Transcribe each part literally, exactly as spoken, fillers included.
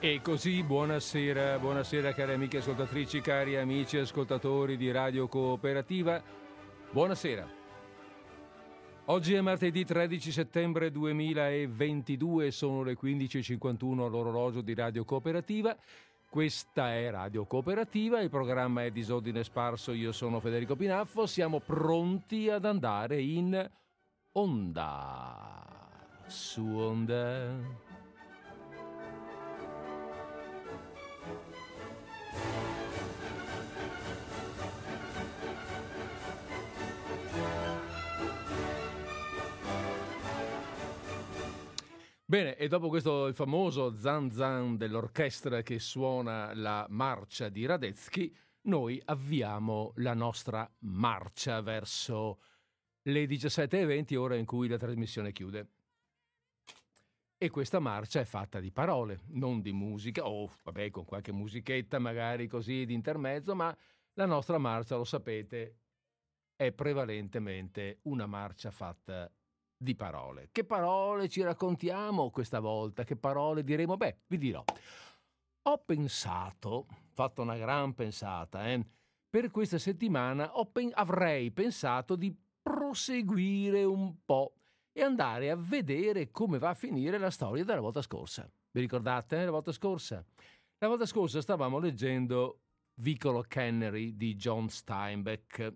E così buonasera, buonasera cari amiche ascoltatrici, cari amici ascoltatori di Radio Cooperativa, buonasera. Oggi è martedì tredici settembre duemilaventidue, sono le quindici e cinquantuno all'orologio di Radio Cooperativa. Questa è Radio Cooperativa, il programma è Disordine Sparso, io sono Federico Pinaffo, siamo pronti ad andare in onda, su onda. Bene, e dopo questo il famoso zan zan dell'orchestra che suona la marcia di Radetzky, noi avviamo la nostra marcia verso le diciassette e venti, ora in cui la trasmissione chiude. E questa marcia è fatta di parole, non di musica, o vabbè con qualche musichetta magari così di intermezzo, ma la nostra marcia, lo sapete, è prevalentemente una marcia fatta di parole. Che parole ci raccontiamo questa volta? Che parole diremo? Beh, vi dirò. Ho pensato, fatto una gran pensata, eh, per questa settimana ho pen- avrei pensato di proseguire un po' e andare a vedere come va a finire la storia della volta scorsa. Vi ricordate eh, la volta scorsa? La volta scorsa stavamo leggendo Vicolo Cannery di John Steinbeck.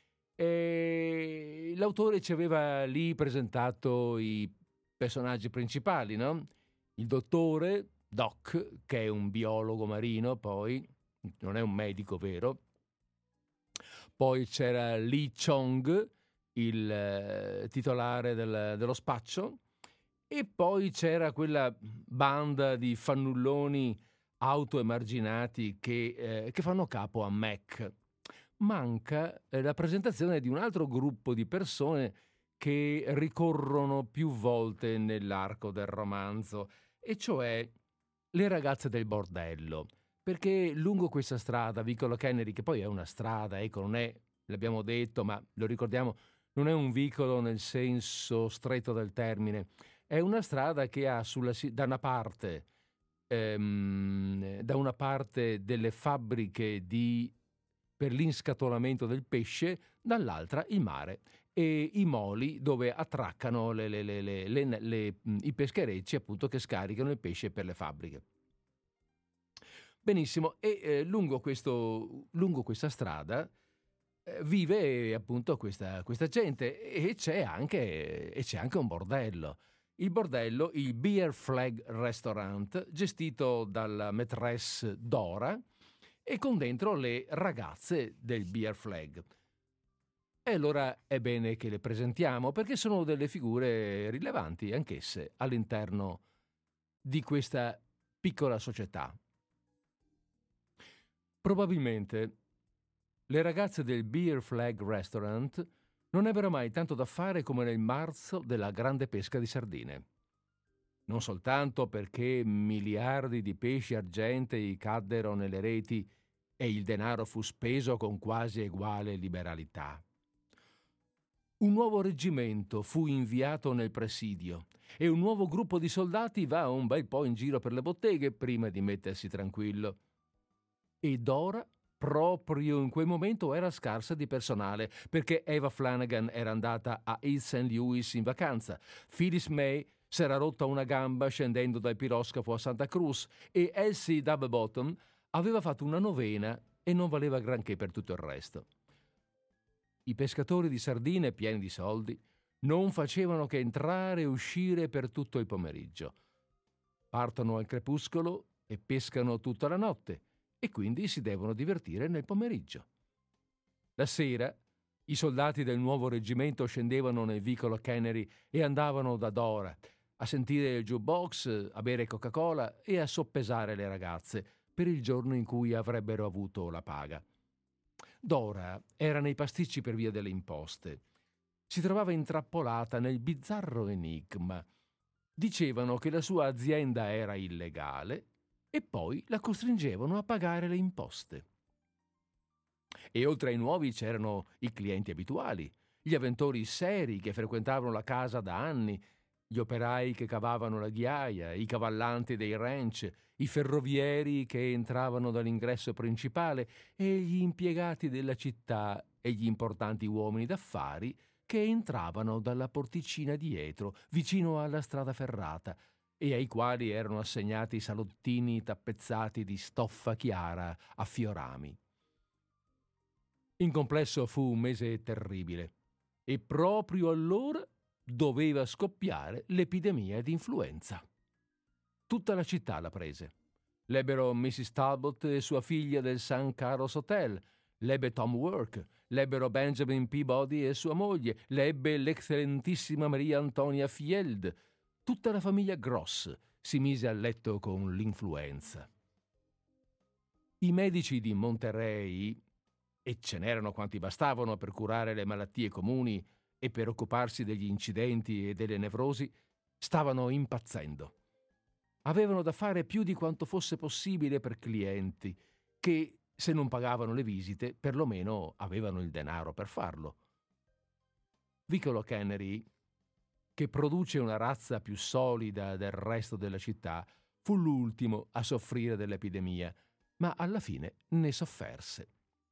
E l'autore ci aveva lì presentato i personaggi principali, no? Il dottore, Doc, che è un biologo marino, poi non è un medico vero. Poi c'era Lee Chong, il eh, titolare del, dello spaccio, e poi c'era quella banda di fannulloni autoemarginati che, eh, che fanno capo a Mac. Manca la presentazione di un altro gruppo di persone che ricorrono più volte nell'arco del romanzo, e cioè le ragazze del bordello, perché lungo questa strada, Vicolo Cannery, che poi è una strada, ecco, non è, l'abbiamo detto, ma lo ricordiamo, non è un vicolo nel senso stretto del termine, è una strada che ha sulla, da una parte, ehm, da una parte delle fabbriche di per l'inscatolamento del pesce, dall'altra il mare e i moli dove attraccano le, le, le, le, le, le, i pescherecci, appunto, che scaricano il pesce per le fabbriche. Benissimo, e eh, lungo, questo, lungo questa strada eh, vive appunto questa, questa gente e c'è, anche, e c'è anche un bordello. Il bordello, il Beer Flag Restaurant, gestito dalla maîtresse Dora, e con dentro le ragazze del Beer Flag. E allora è bene che le presentiamo, perché sono delle figure rilevanti anch'esse all'interno di questa piccola società. Probabilmente le ragazze del Beer Flag Restaurant non ebbero mai tanto da fare come nel marzo della grande pesca di sardine. Non soltanto perché miliardi di pesci argentei caddero nelle reti e il denaro fu speso con quasi uguale liberalità. Un nuovo reggimento fu inviato nel presidio e un nuovo gruppo di soldati va un bel po' in giro per le botteghe prima di mettersi tranquillo. E Dora, proprio in quel momento, era scarsa di personale, perché Eva Flanagan era andata a East Saint Louis in vacanza, Phyllis May s'era rotta una gamba scendendo dal piroscafo a Santa Cruz e Elsie Doublebottom aveva fatto una novena e non valeva granché per tutto il resto. I pescatori di sardine, pieni di soldi, non facevano che entrare e uscire per tutto il pomeriggio. Partono al crepuscolo e pescano tutta la notte e quindi si devono divertire nel pomeriggio. La sera i soldati del nuovo reggimento scendevano nel vicolo Cannery e andavano da Dora a sentire il jukebox, a bere Coca-Cola e a soppesare le ragazze per il giorno in cui avrebbero avuto la paga. Dora era nei pasticci per via delle imposte. Si trovava intrappolata nel bizzarro enigma. Dicevano che la sua azienda era illegale e poi la costringevano a pagare le imposte. E oltre ai nuovi c'erano i clienti abituali, gli avventori seri che frequentavano la casa da anni, gli operai che cavavano la ghiaia, i cavallanti dei ranch, i ferrovieri che entravano dall'ingresso principale e gli impiegati della città e gli importanti uomini d'affari che entravano dalla porticina dietro, vicino alla strada ferrata, e ai quali erano assegnati salottini tappezzati di stoffa chiara a fiorami. In complesso fu un mese terribile e proprio allora doveva scoppiare l'epidemia di influenza. Tutta la città la prese. L'ebbero missus Talbot e sua figlia del San Carlos Hotel, l'ebbe Tom Work, l'ebbero Benjamin Peabody e sua moglie, l'ebbe l'eccellentissima Maria Antonia Field. Tutta la famiglia Gross si mise a letto con l'influenza. I medici di Monterey, e ce n'erano quanti bastavano per curare le malattie comuni e per occuparsi degli incidenti e delle nevrosi, stavano impazzendo. Avevano da fare più di quanto fosse possibile per clienti che, se non pagavano le visite, perlomeno avevano il denaro per farlo. Vicolo Cannery, che produce una razza più solida del resto della città, fu l'ultimo a soffrire dell'epidemia, ma alla fine ne sofferse.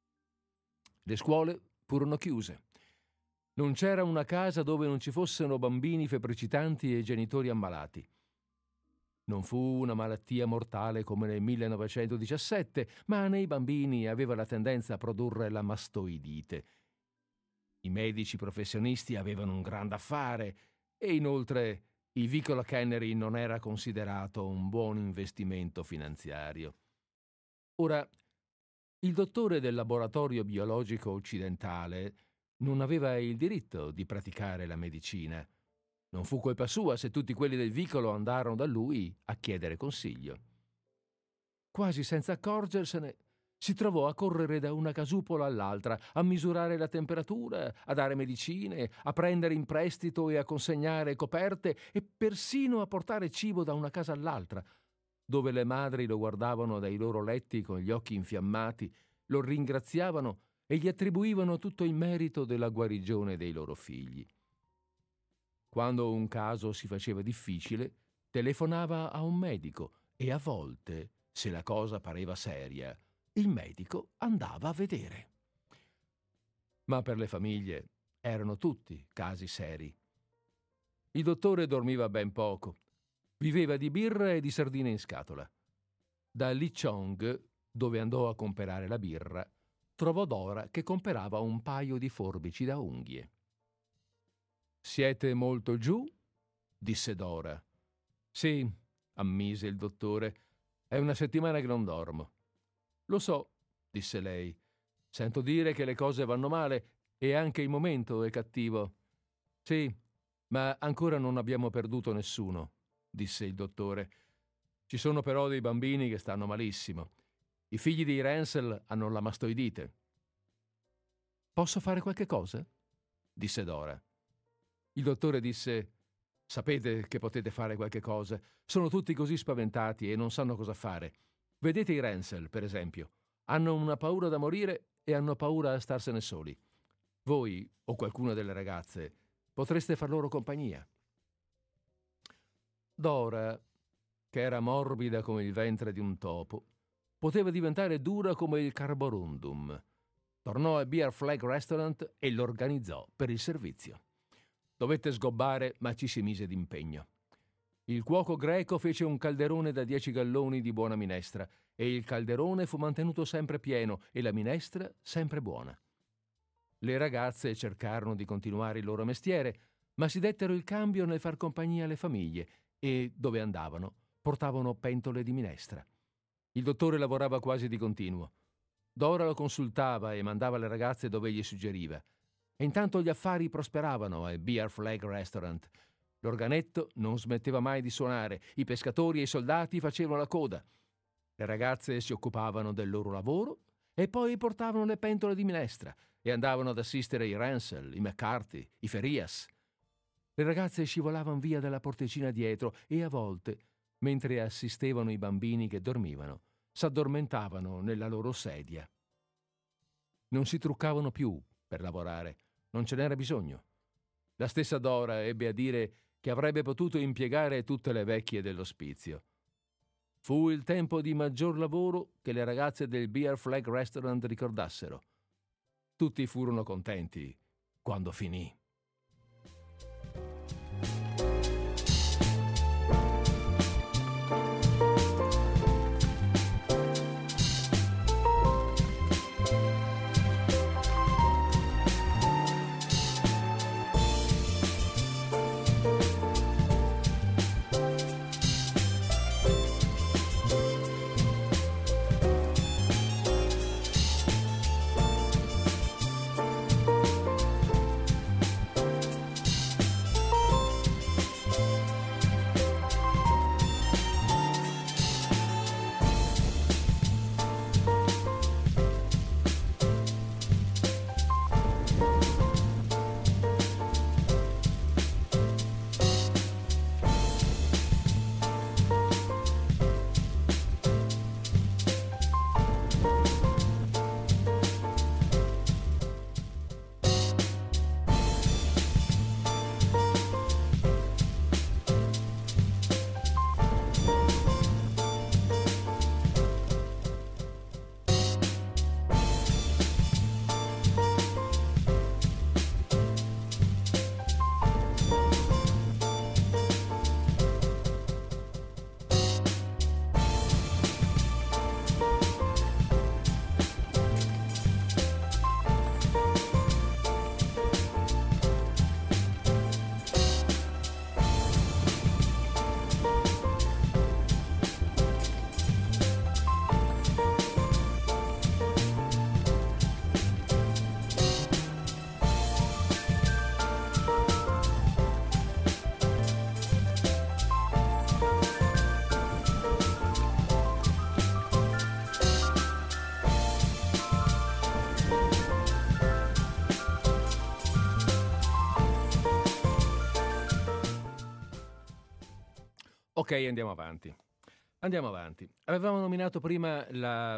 Le scuole furono chiuse. Non c'era una casa dove non ci fossero bambini febbricitanti e genitori ammalati. Non fu una malattia mortale come nel millenovecentodiciassette, ma nei bambini aveva la tendenza a produrre la mastoidite. I medici professionisti avevano un grande affare e inoltre il Vicolo Cannery non era considerato un buon investimento finanziario. Ora, il dottore del laboratorio biologico occidentale non aveva il diritto di praticare la medicina. Non fu colpa sua se tutti quelli del vicolo andarono da lui a chiedere consiglio. Quasi senza accorgersene, si trovò a correre da una casupola all'altra, a misurare la temperatura, a dare medicine, a prendere in prestito e a consegnare coperte e persino a portare cibo da una casa all'altra, dove le madri lo guardavano dai loro letti con gli occhi infiammati, lo ringraziavano e gli attribuivano tutto il merito della guarigione dei loro figli. Quando un caso si faceva difficile, telefonava a un medico e a volte, se la cosa pareva seria, il medico andava a vedere. Ma per le famiglie erano tutti casi seri. Il dottore dormiva ben poco. Viveva di birra e di sardine in scatola. Da Lee Chong, dove andò a comprare la birra, trovò Dora che comperava un paio di forbici da unghie. «Siete molto giù?» disse Dora. «Sì», ammise il dottore, «è una settimana che non dormo». «Lo so», disse lei. «Sento dire che le cose vanno male e anche il momento è cattivo». «Sì, ma ancora non abbiamo perduto nessuno», disse il dottore. «Ci sono però dei bambini che stanno malissimo. I figli di Ransel hanno la mastoidite». «Posso fare qualche cosa?» disse Dora. Il dottore disse: «Sapete che potete fare qualche cosa. Sono tutti così spaventati e non sanno cosa fare. Vedete i Ransel, per esempio. Hanno una paura da morire e hanno paura a starsene soli. Voi, o qualcuna delle ragazze, potreste far loro compagnia». Dora, che era morbida come il ventre di un topo, poteva diventare dura come il carborundum. Tornò al Bear Flag Restaurant e l'organizzò per il servizio. Dovette sgobbare, ma ci si mise d'impegno. Il cuoco greco fece un calderone da dieci galloni di buona minestra e il calderone fu mantenuto sempre pieno e la minestra sempre buona. Le ragazze cercarono di continuare il loro mestiere, ma si dettero il cambio nel far compagnia alle famiglie e, dove andavano, portavano pentole di minestra. Il dottore lavorava quasi di continuo. Dora lo consultava e mandava le ragazze dove gli suggeriva. E intanto gli affari prosperavano al Bear Flag Restaurant. L'organetto non smetteva mai di suonare, i pescatori e i soldati facevano la coda. Le ragazze si occupavano del loro lavoro e poi portavano le pentole di minestra e andavano ad assistere i Ransel, i McCarthy, i Ferias. Le ragazze scivolavano via dalla porticina dietro e a volte, mentre assistevano i bambini che dormivano, s'addormentavano nella loro sedia. Non si truccavano più per lavorare, non ce n'era bisogno. La stessa Dora ebbe a dire che avrebbe potuto impiegare tutte le vecchie dell'ospizio. Fu il tempo di maggior lavoro che le ragazze del Bear Flag Restaurant ricordassero. Tutti furono contenti quando finì. Ok, andiamo avanti. Andiamo avanti. Avevamo nominato prima la,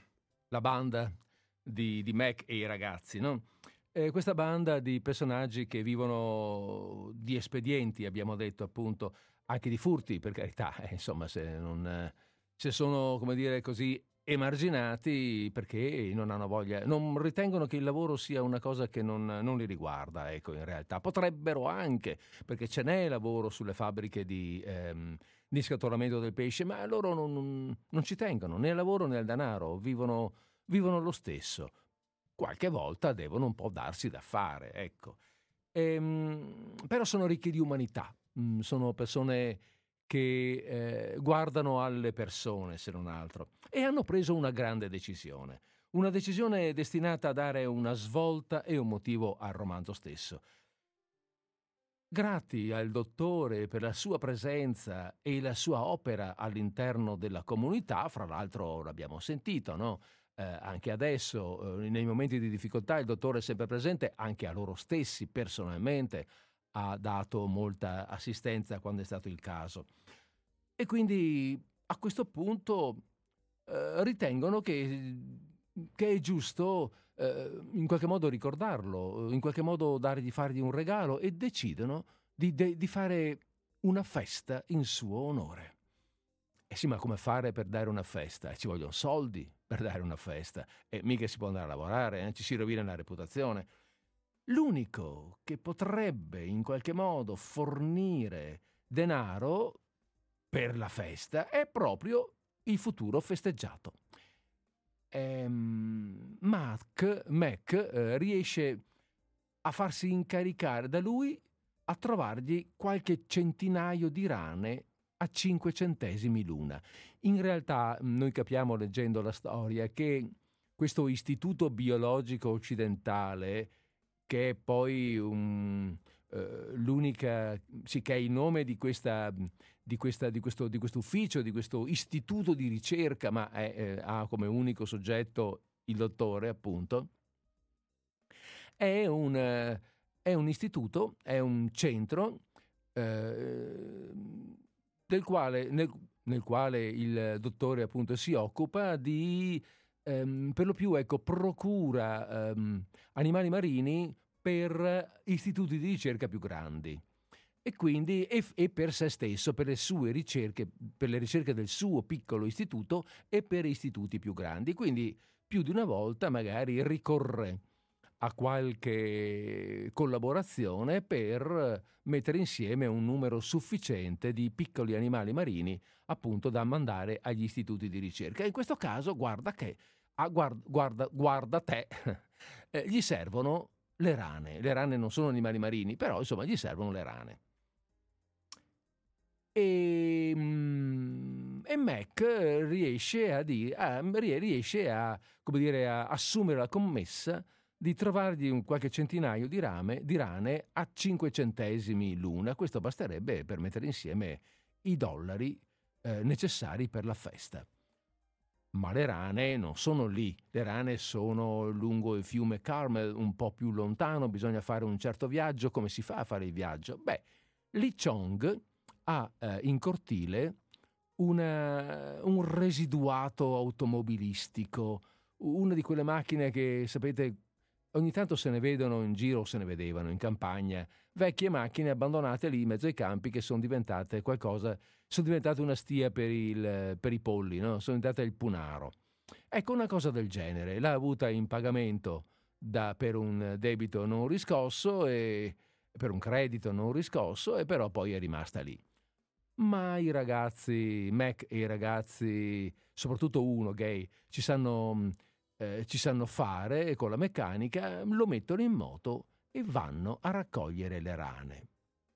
la banda di, di Mac e i ragazzi, no? Eh, questa banda di personaggi che vivono di espedienti, abbiamo detto appunto, anche di furti, per carità, eh, insomma, se, non, se sono, come dire così, emarginati perché non hanno voglia, non ritengono che il lavoro sia una cosa che non, non li riguarda, ecco, in realtà. Potrebbero anche, perché ce n'è lavoro sulle fabbriche di... Ehm, di scatolamento del pesce, ma loro non, non ci tengono né al lavoro né al denaro, vivono, vivono lo stesso. Qualche volta devono un po' darsi da fare, ecco. Ehm, però sono ricchi di umanità, mm, sono persone che eh, guardano alle persone, se non altro, e hanno preso una grande decisione, una decisione destinata a dare una svolta e un motivo al romanzo stesso. Grati al dottore per la sua presenza e la sua opera all'interno della comunità, fra l'altro l'abbiamo sentito, no? Eh, anche adesso, eh, nei momenti di difficoltà, il dottore è sempre presente, anche a loro stessi, personalmente, ha dato molta assistenza quando è stato il caso. E quindi a questo punto eh, ritengono che, che è giusto in qualche modo ricordarlo, in qualche modo dargli, fargli un regalo, e decidono di, de, di fare una festa in suo onore. E sì, ma come fare per dare una festa? Ci vogliono soldi per dare una festa, e mica si può andare a lavorare, eh? Ci si rovina la reputazione. L'unico che potrebbe in qualche modo fornire denaro per la festa è proprio il futuro festeggiato. Ehm, Mac, Mac eh, riesce a farsi incaricare da lui a trovargli qualche centinaio di rane a cinque centesimi l'una. In realtà noi capiamo, leggendo la storia, che questo istituto biologico occidentale, che è poi un, eh, l'unica, sì, che è il nome di questa... Di, questa, di, questo, di questo ufficio, di questo istituto di ricerca, ma è, eh, ha come unico soggetto il dottore, appunto, è un, eh, è un istituto, è un centro eh, del quale, nel, nel quale il dottore appunto si occupa di, ehm, per lo più, ecco, procura ehm, animali marini per istituti di ricerca più grandi. e quindi e, e per se stesso, per le sue ricerche, per le ricerche del suo piccolo istituto e per istituti più grandi. Quindi più di una volta magari ricorre a qualche collaborazione per mettere insieme un numero sufficiente di piccoli animali marini, appunto, da mandare agli istituti di ricerca. In questo caso, guarda che, ah, guarda, guarda, guarda te, eh, gli servono le rane. Le rane non sono animali marini, però insomma gli servono le rane. E, mm, e Mac riesce a, di, a, riesce a, come dire, a assumere la commessa di trovargli un qualche centinaio di, rame, di rane a cinque centesimi l'una. Questo basterebbe per mettere insieme i dollari eh, necessari per la festa. Ma le rane non sono lì, le rane sono lungo il fiume Carmel, un po' più lontano, bisogna fare un certo viaggio. Come si fa a fare il viaggio? Beh, Li Chong ha eh, in cortile una, un residuato automobilistico, una di quelle macchine che, sapete, ogni tanto se ne vedono in giro, o se ne vedevano in campagna, vecchie macchine abbandonate lì in mezzo ai campi che sono diventate qualcosa, sono diventate una stia per, il, per i polli, no? Sono diventate il punaro. Ecco, una cosa del genere. L'ha avuta in pagamento da, per un debito non riscosso, e per un credito non riscosso, e però poi è rimasta lì. Ma i ragazzi, Mac e i ragazzi, soprattutto uno gay, ci sanno... Eh, ci sanno fare, e con la meccanica lo mettono in moto e vanno a raccogliere le rane.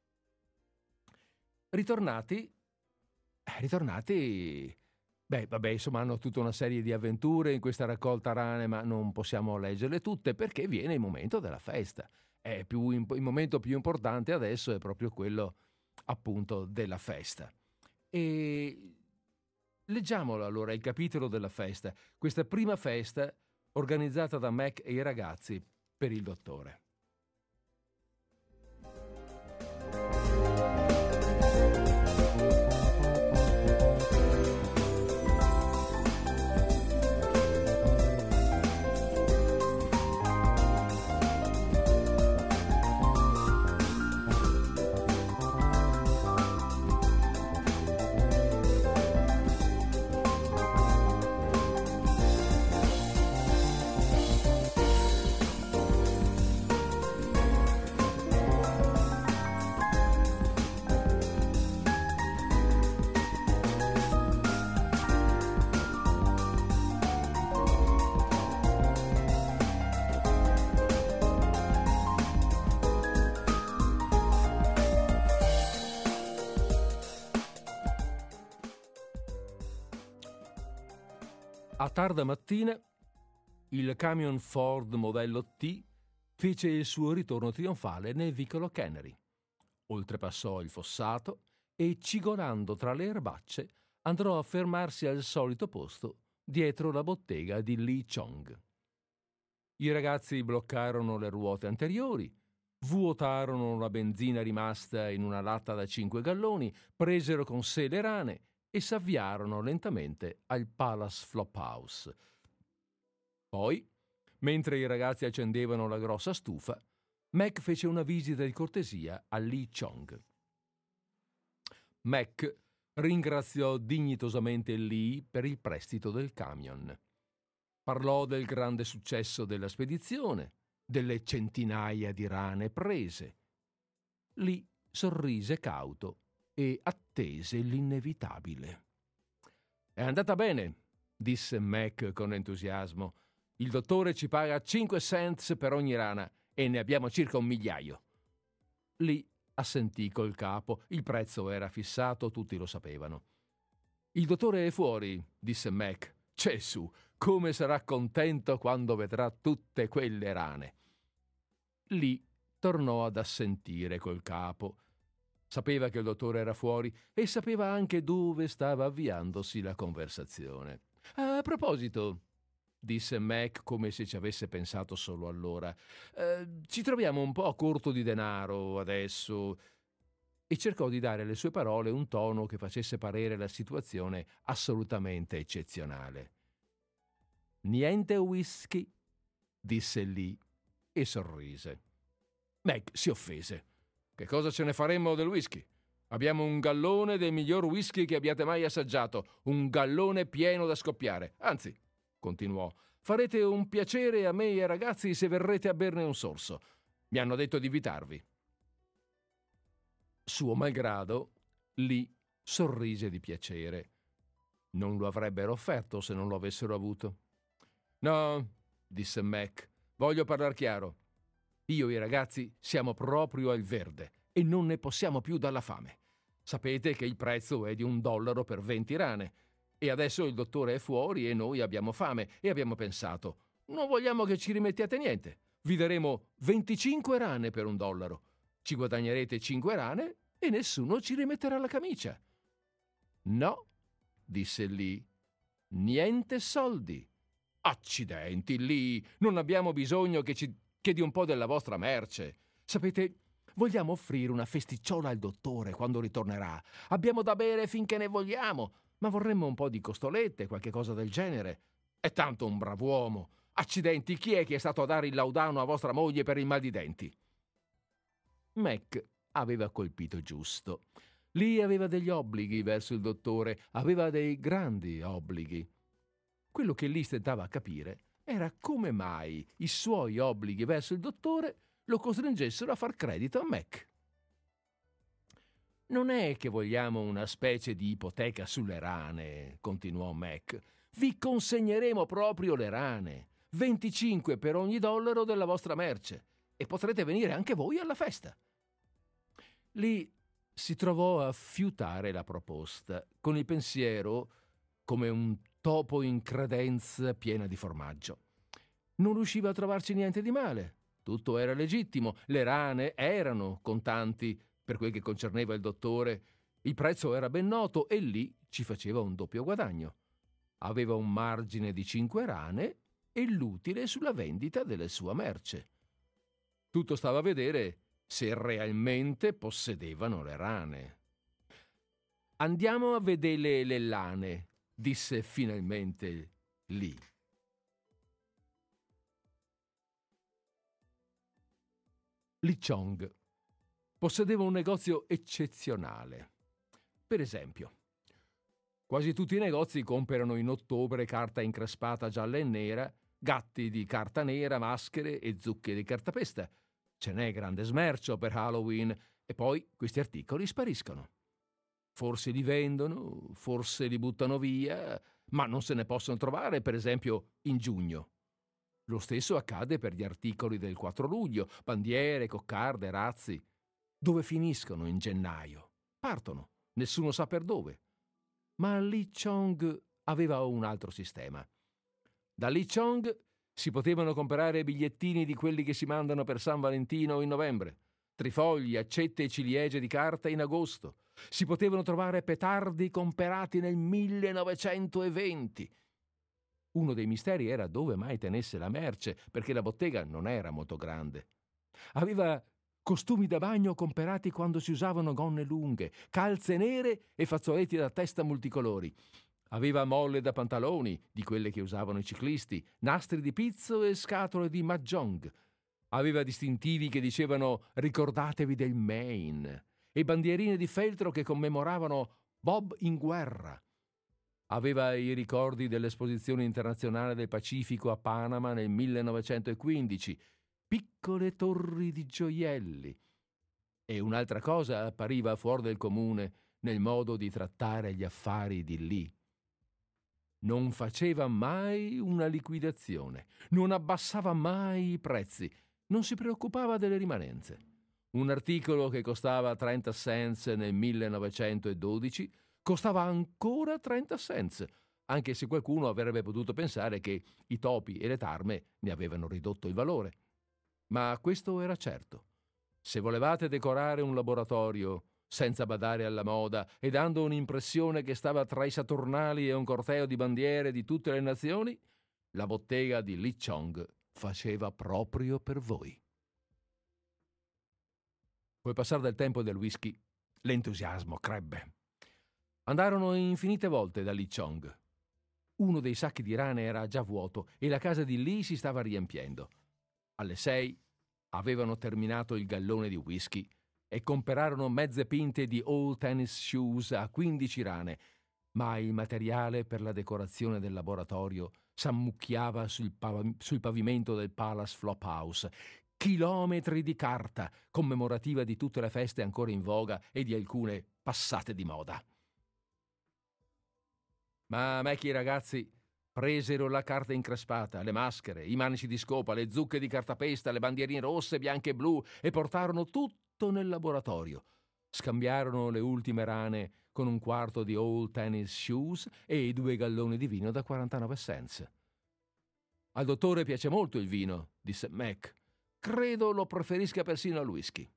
Ritornati, eh, ritornati, beh, vabbè, insomma, hanno tutta una serie di avventure in questa raccolta rane, ma non possiamo leggerle tutte perché viene il momento della festa. È più, il momento più importante adesso è proprio quello, appunto, della festa. E leggiamolo allora il capitolo della festa, questa prima festa organizzata da Mac e i ragazzi per il dottore. A tarda mattina il camion Ford modello T fece il suo ritorno trionfale nel vicolo Cannery. Oltrepassò il fossato e, cigolando tra le erbacce, andò a fermarsi al solito posto dietro la bottega di Li Chong. I ragazzi bloccarono le ruote anteriori, vuotarono la benzina rimasta in una latta da cinque galloni, presero con sé le rane e s'avviarono lentamente al Palace Flophouse. Poi, mentre i ragazzi accendevano la grossa stufa, Mac fece una visita di cortesia a Li Chong. Mac ringraziò dignitosamente Li per il prestito del camion. Parlò del grande successo della spedizione, delle centinaia di rane prese. Li sorrise cauto e attese l'inevitabile. «È andata bene», disse Mac con entusiasmo. «Il dottore ci paga cinque cents per ogni rana e ne abbiamo circa un migliaio». Li assentì col capo. Il prezzo era fissato, tutti lo sapevano. «Il dottore è fuori», disse Mac. «Gesù, come sarà contento quando vedrà tutte quelle rane». Li tornò ad assentire col capo. Sapeva che il dottore era fuori e sapeva anche dove stava avviandosi la conversazione. «A proposito», disse Mac come se ci avesse pensato solo allora, eh, «ci troviamo un po' a corto di denaro adesso», e cercò di dare alle sue parole un tono che facesse parere la situazione assolutamente eccezionale. «Niente whisky?» disse Li e sorrise. Mac si offese. che cosa ce ne faremmo del whisky? Abbiamo un gallone del miglior whisky che abbiate mai assaggiato, un gallone pieno da scoppiare. Anzi, continuò, farete un piacere a me e ai ragazzi se verrete a berne un sorso. Mi hanno detto di invitarvi. Suo malgrado, Lee sorrise di piacere. Non lo avrebbero offerto se non lo avessero avuto. No, disse Mac, voglio parlar chiaro. Io e i ragazzi siamo proprio al verde e non ne possiamo più dalla fame. Sapete che il prezzo è di un dollaro per venti rane e adesso il dottore è fuori e noi abbiamo fame e abbiamo pensato, non vogliamo che ci rimettiate niente. Vi daremo venticinque rane per un dollaro. Ci guadagnerete cinque rane e nessuno ci rimetterà la camicia. No, disse Lee, niente soldi. Accidenti, Lee, non abbiamo bisogno che, ci, che di un po' della vostra merce. Sapete, vogliamo offrire una festicciola al dottore quando ritornerà. Abbiamo da bere finché ne vogliamo, ma vorremmo un po' di costolette, qualche cosa del genere. È tanto un brav'uomo. Accidenti, chi è che è stato a dare il laudano a vostra moglie per il mal di denti? Mac aveva colpito giusto. Lee aveva degli obblighi verso il dottore, aveva dei grandi obblighi. Quello che Lee stentava a capire era come mai i suoi obblighi verso il dottore lo costringessero a far credito a Mac. Non è che vogliamo una specie di ipoteca sulle rane, continuò Mac. Vi consegneremo proprio le rane, venticinque per ogni dollaro della vostra merce, e potrete venire anche voi alla festa. Lee si trovò a fiutare la proposta, con il pensiero come un topo in credenza piena di formaggio. Non riusciva a trovarci niente di male, tutto era legittimo, le rane erano contanti per quel che concerneva il dottore, il prezzo era ben noto e lì ci faceva un doppio guadagno. Aveva un margine di cinque rane e l'utile sulla vendita della sua merce. Tutto stava a vedere se realmente possedevano le rane. Andiamo a vedere le lane, disse finalmente Lee. Lee Chong possedeva un negozio eccezionale. Per esempio, quasi tutti i negozi comprano in ottobre carta increspata gialla e nera, gatti di carta nera, maschere e zucche di cartapesta. Ce n'è grande smercio per Halloween e poi questi articoli spariscono. Forse li vendono, forse li buttano via, ma non se ne possono trovare, per esempio, in giugno. Lo stesso accade per gli articoli del quattro luglio, bandiere, coccarde, razzi. Dove finiscono in gennaio? Partono, nessuno sa per dove. Ma Lee Chong aveva un altro sistema. Da Lee Chong si potevano comprare bigliettini di quelli che si mandano per San Valentino in novembre, trifogli, accette e ciliegie di carta in agosto. Si potevano trovare petardi comperati nel millenovecentoventi. Uno dei misteri era dove mai tenesse la merce, perché la bottega non era molto grande. Aveva costumi da bagno comperati quando si usavano gonne lunghe, calze nere e fazzoletti da testa multicolori. Aveva molle da pantaloni, di quelle che usavano i ciclisti, nastri di pizzo e scatole di mahjong. Aveva distintivi che dicevano «Ricordatevi del Maine» e bandierine di feltro che commemoravano Bob in guerra. Aveva i ricordi dell'Esposizione internazionale del Pacifico a Panama nel millenovecentoquindici, piccole torri di gioielli. E un'altra cosa appariva fuori del comune nel modo di trattare gli affari di Lee. Non faceva mai una liquidazione, non abbassava mai i prezzi, non si preoccupava delle rimanenze. Un articolo che costava trenta cents nel millenovecentododici costava ancora trenta cents, anche se qualcuno avrebbe potuto pensare che i topi e le tarme ne avevano ridotto il valore. Ma questo era certo. Se volevate decorare un laboratorio senza badare alla moda e dando un'impressione che stava tra i Saturnali e un corteo di bandiere di tutte le nazioni, la bottega di Lee Chong faceva proprio per voi. Col passare del tempo e del whisky, l'entusiasmo crebbe. Andarono infinite volte da Lee Chong. Uno dei sacchi di rane era già vuoto e la casa di Lee si stava riempiendo. Alle sei avevano terminato il gallone di whisky e comperarono mezze pinte di old tennis shoes a quindici rane, ma il materiale per la decorazione del laboratorio s'ammucchiava sul, pav- sul pavimento del Palace Flophouse. Chilometri di carta commemorativa di tutte le feste ancora in voga e di alcune passate di moda. Ma me che i ragazzi presero la carta increspata, le maschere, i manici di scopa, le zucche di cartapesta, le bandierine rosse, bianche e blu e portarono tutto nel laboratorio. Scambiarono le ultime rane con un quarto di old tennis shoes e due galloni di vino da quarantanove cents. Al dottore piace molto il vino, disse Mac. Credo lo preferisca persino al whisky.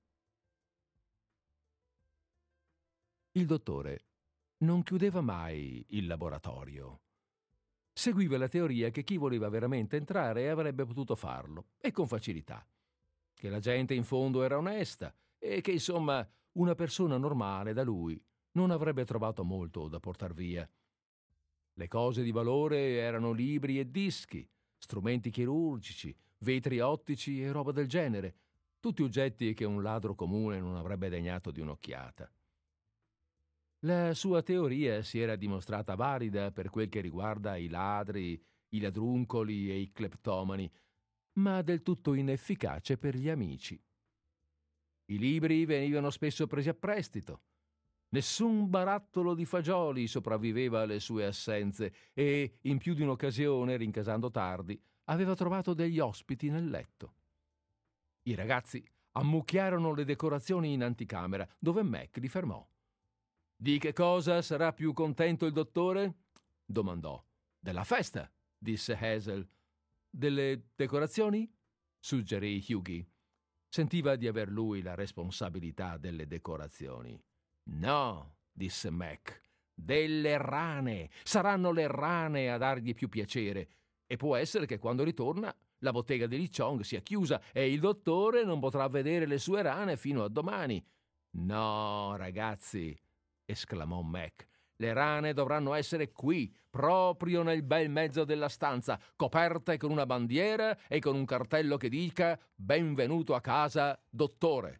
Il dottore non chiudeva mai il laboratorio. Seguiva la teoria che chi voleva veramente entrare avrebbe potuto farlo, e con facilità. Che la gente in fondo era onesta e che, insomma, una persona normale da lui non avrebbe trovato molto da portar via. Le cose di valore erano libri e dischi, strumenti chirurgici, vetri ottici e roba del genere, tutti oggetti che un ladro comune non avrebbe degnato di un'occhiata. La sua teoria si era dimostrata valida per quel che riguarda i ladri, i ladruncoli e i cleptomani, ma del tutto inefficace per gli amici. I libri venivano spesso presi a prestito. Nessun barattolo di fagioli sopravviveva alle sue assenze e, in più di un'occasione, rincasando tardi, aveva trovato degli ospiti nel letto. I ragazzi ammucchiarono le decorazioni in anticamera, dove Mac li fermò. «Di che cosa sarà più contento il dottore?» domandò. «Della festa», disse Hazel. «Delle decorazioni?» suggerì Hughie. Sentiva di aver lui la responsabilità delle decorazioni. «No», disse Mac, «delle rane. Saranno le rane a dargli più piacere. E può essere che quando ritorna la bottega di Lee Chong sia chiusa e il dottore non potrà vedere le sue rane fino a domani». «No, ragazzi», esclamò Mac, «le rane dovranno essere qui, proprio nel bel mezzo della stanza, coperte con una bandiera e con un cartello che dica «Benvenuto a casa, dottore».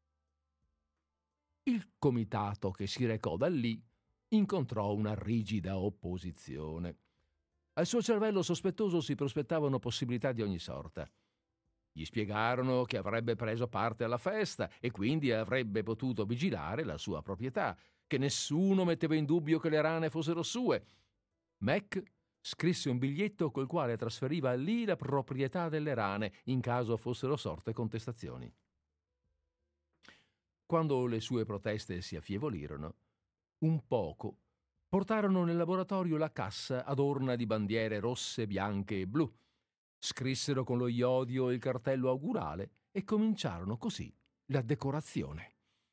Il comitato che si recò da lì incontrò una rigida opposizione. Al suo cervello sospettoso si prospettavano possibilità di ogni sorta. Gli spiegarono che avrebbe preso parte alla festa e quindi avrebbe potuto vigilare la sua proprietà, che nessuno metteva in dubbio che le rane fossero sue. Mac scrisse un biglietto col quale trasferiva lì la proprietà delle rane in caso fossero sorte contestazioni. Quando le sue proteste si affievolirono, un poco portarono nel laboratorio la cassa adorna di bandiere rosse, bianche e blu, scrissero con lo iodio il cartello augurale e cominciarono così la decorazione.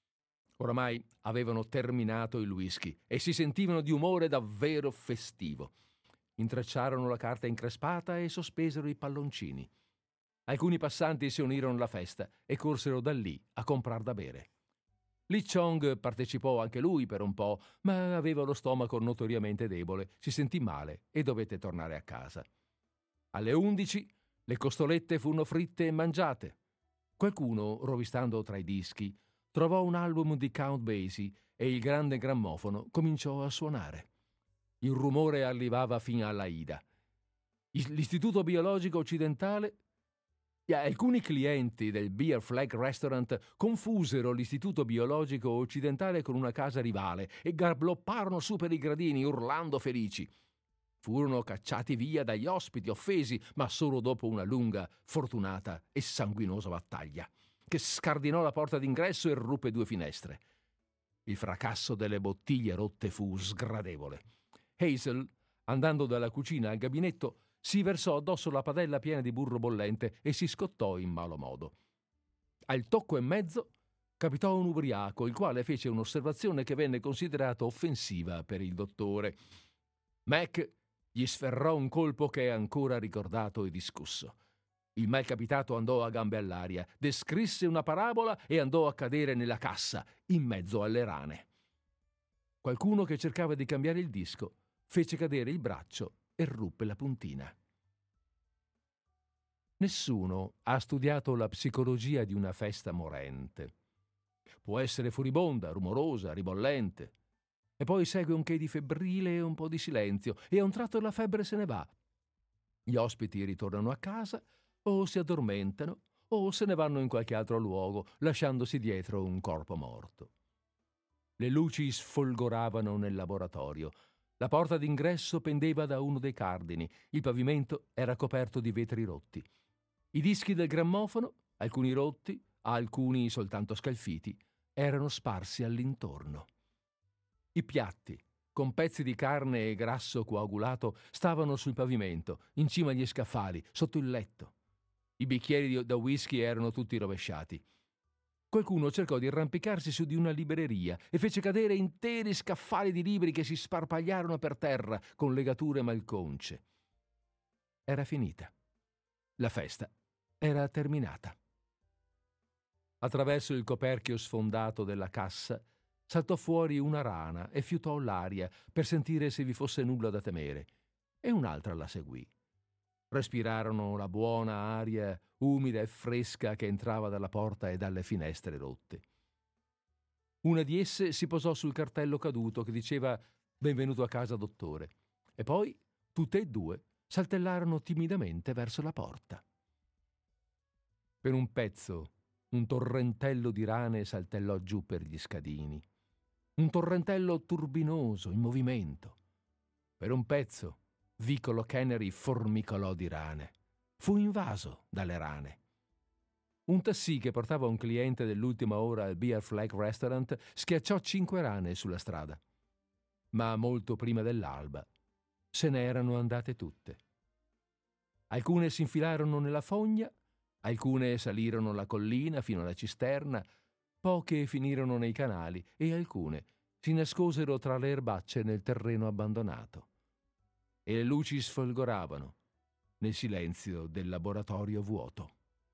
Oramai avevano terminato il whisky e si sentivano di umore davvero festivo. Intrecciarono la carta increspata e sospesero i palloncini. Alcuni passanti si unirono alla festa e corsero da lì a comprar da bere. Lee Chong partecipò anche lui per un po', ma aveva lo stomaco notoriamente debole, si sentì male e dovette tornare a casa. Alle undici le costolette furono fritte e mangiate. Qualcuno, rovistando tra i dischi, trovò un album di Count Basie e il grande grammofono cominciò a suonare. Il rumore arrivava fino alla Ida. L'Istituto Biologico Occidentale. Alcuni clienti del Bear Flag Restaurant confusero l'Istituto Biologico Occidentale con una casa rivale e garblopparono su per i gradini urlando felici. Furono cacciati via dagli ospiti offesi, ma solo dopo una lunga, fortunata e sanguinosa battaglia, che scardinò la porta d'ingresso e ruppe due finestre. Il fracasso delle bottiglie rotte fu sgradevole. Hazel, andando dalla cucina al gabinetto, si versò addosso la padella piena di burro bollente e si scottò in malo modo. Al tocco e mezzo capitò un ubriaco, il quale fece un'osservazione che venne considerata offensiva per il dottore. Mac gli sferrò un colpo che è ancora ricordato e discusso. Il malcapitato andò a gambe all'aria, descrisse una parabola e andò a cadere nella cassa, in mezzo alle rane. Qualcuno che cercava di cambiare il disco fece cadere il braccio e ruppe la puntina. Nessuno ha studiato la psicologia di una festa morente. può essere furibonda, rumorosa, ribollente. E poi segue un che di febbrile e un po' di silenzio, e a un tratto la febbre se ne va. Gli ospiti ritornano a casa, o si addormentano, o se ne vanno in qualche altro luogo, lasciandosi dietro un corpo morto. Le luci sfolgoravano nel laboratorio. La porta d'ingresso pendeva da uno dei cardini, il pavimento era coperto di vetri rotti. I dischi del grammofono, alcuni rotti, alcuni soltanto scalfiti, erano sparsi all'intorno. I piatti, con pezzi di carne e grasso coagulato, stavano sul pavimento, in cima agli scaffali, sotto il letto. I bicchieri da whisky erano tutti rovesciati. Qualcuno cercò di arrampicarsi su di una libreria e fece cadere interi scaffali di libri che si sparpagliarono per terra con legature malconce. Era finita. La festa era terminata. Attraverso il coperchio sfondato della cassa saltò fuori una rana e fiutò l'aria per sentire se vi fosse nulla da temere, e un'altra la seguì. Respirarono la buona aria umida e fresca che entrava dalla porta e dalle finestre rotte. Una di esse si posò sul cartello caduto che diceva «Benvenuto a casa, dottore», e poi tutte e due saltellarono timidamente verso la porta. Per un pezzo un torrentello di rane saltellò giù per gli scadini. Un torrentello turbinoso, in movimento. Per un pezzo Vicolo Cannery formicolò di rane. Fu invaso dalle rane. Un tassì che portava un cliente dell'ultima ora al Bear Flag Restaurant schiacciò cinque rane sulla strada. Ma molto prima dell'alba se ne erano andate tutte. Alcune si infilarono nella fogna, alcune salirono la collina fino alla cisterna, poche finirono nei canali e alcune si nascosero tra le erbacce nel terreno abbandonato. E le luci sfolgoravano nel silenzio del laboratorio vuoto.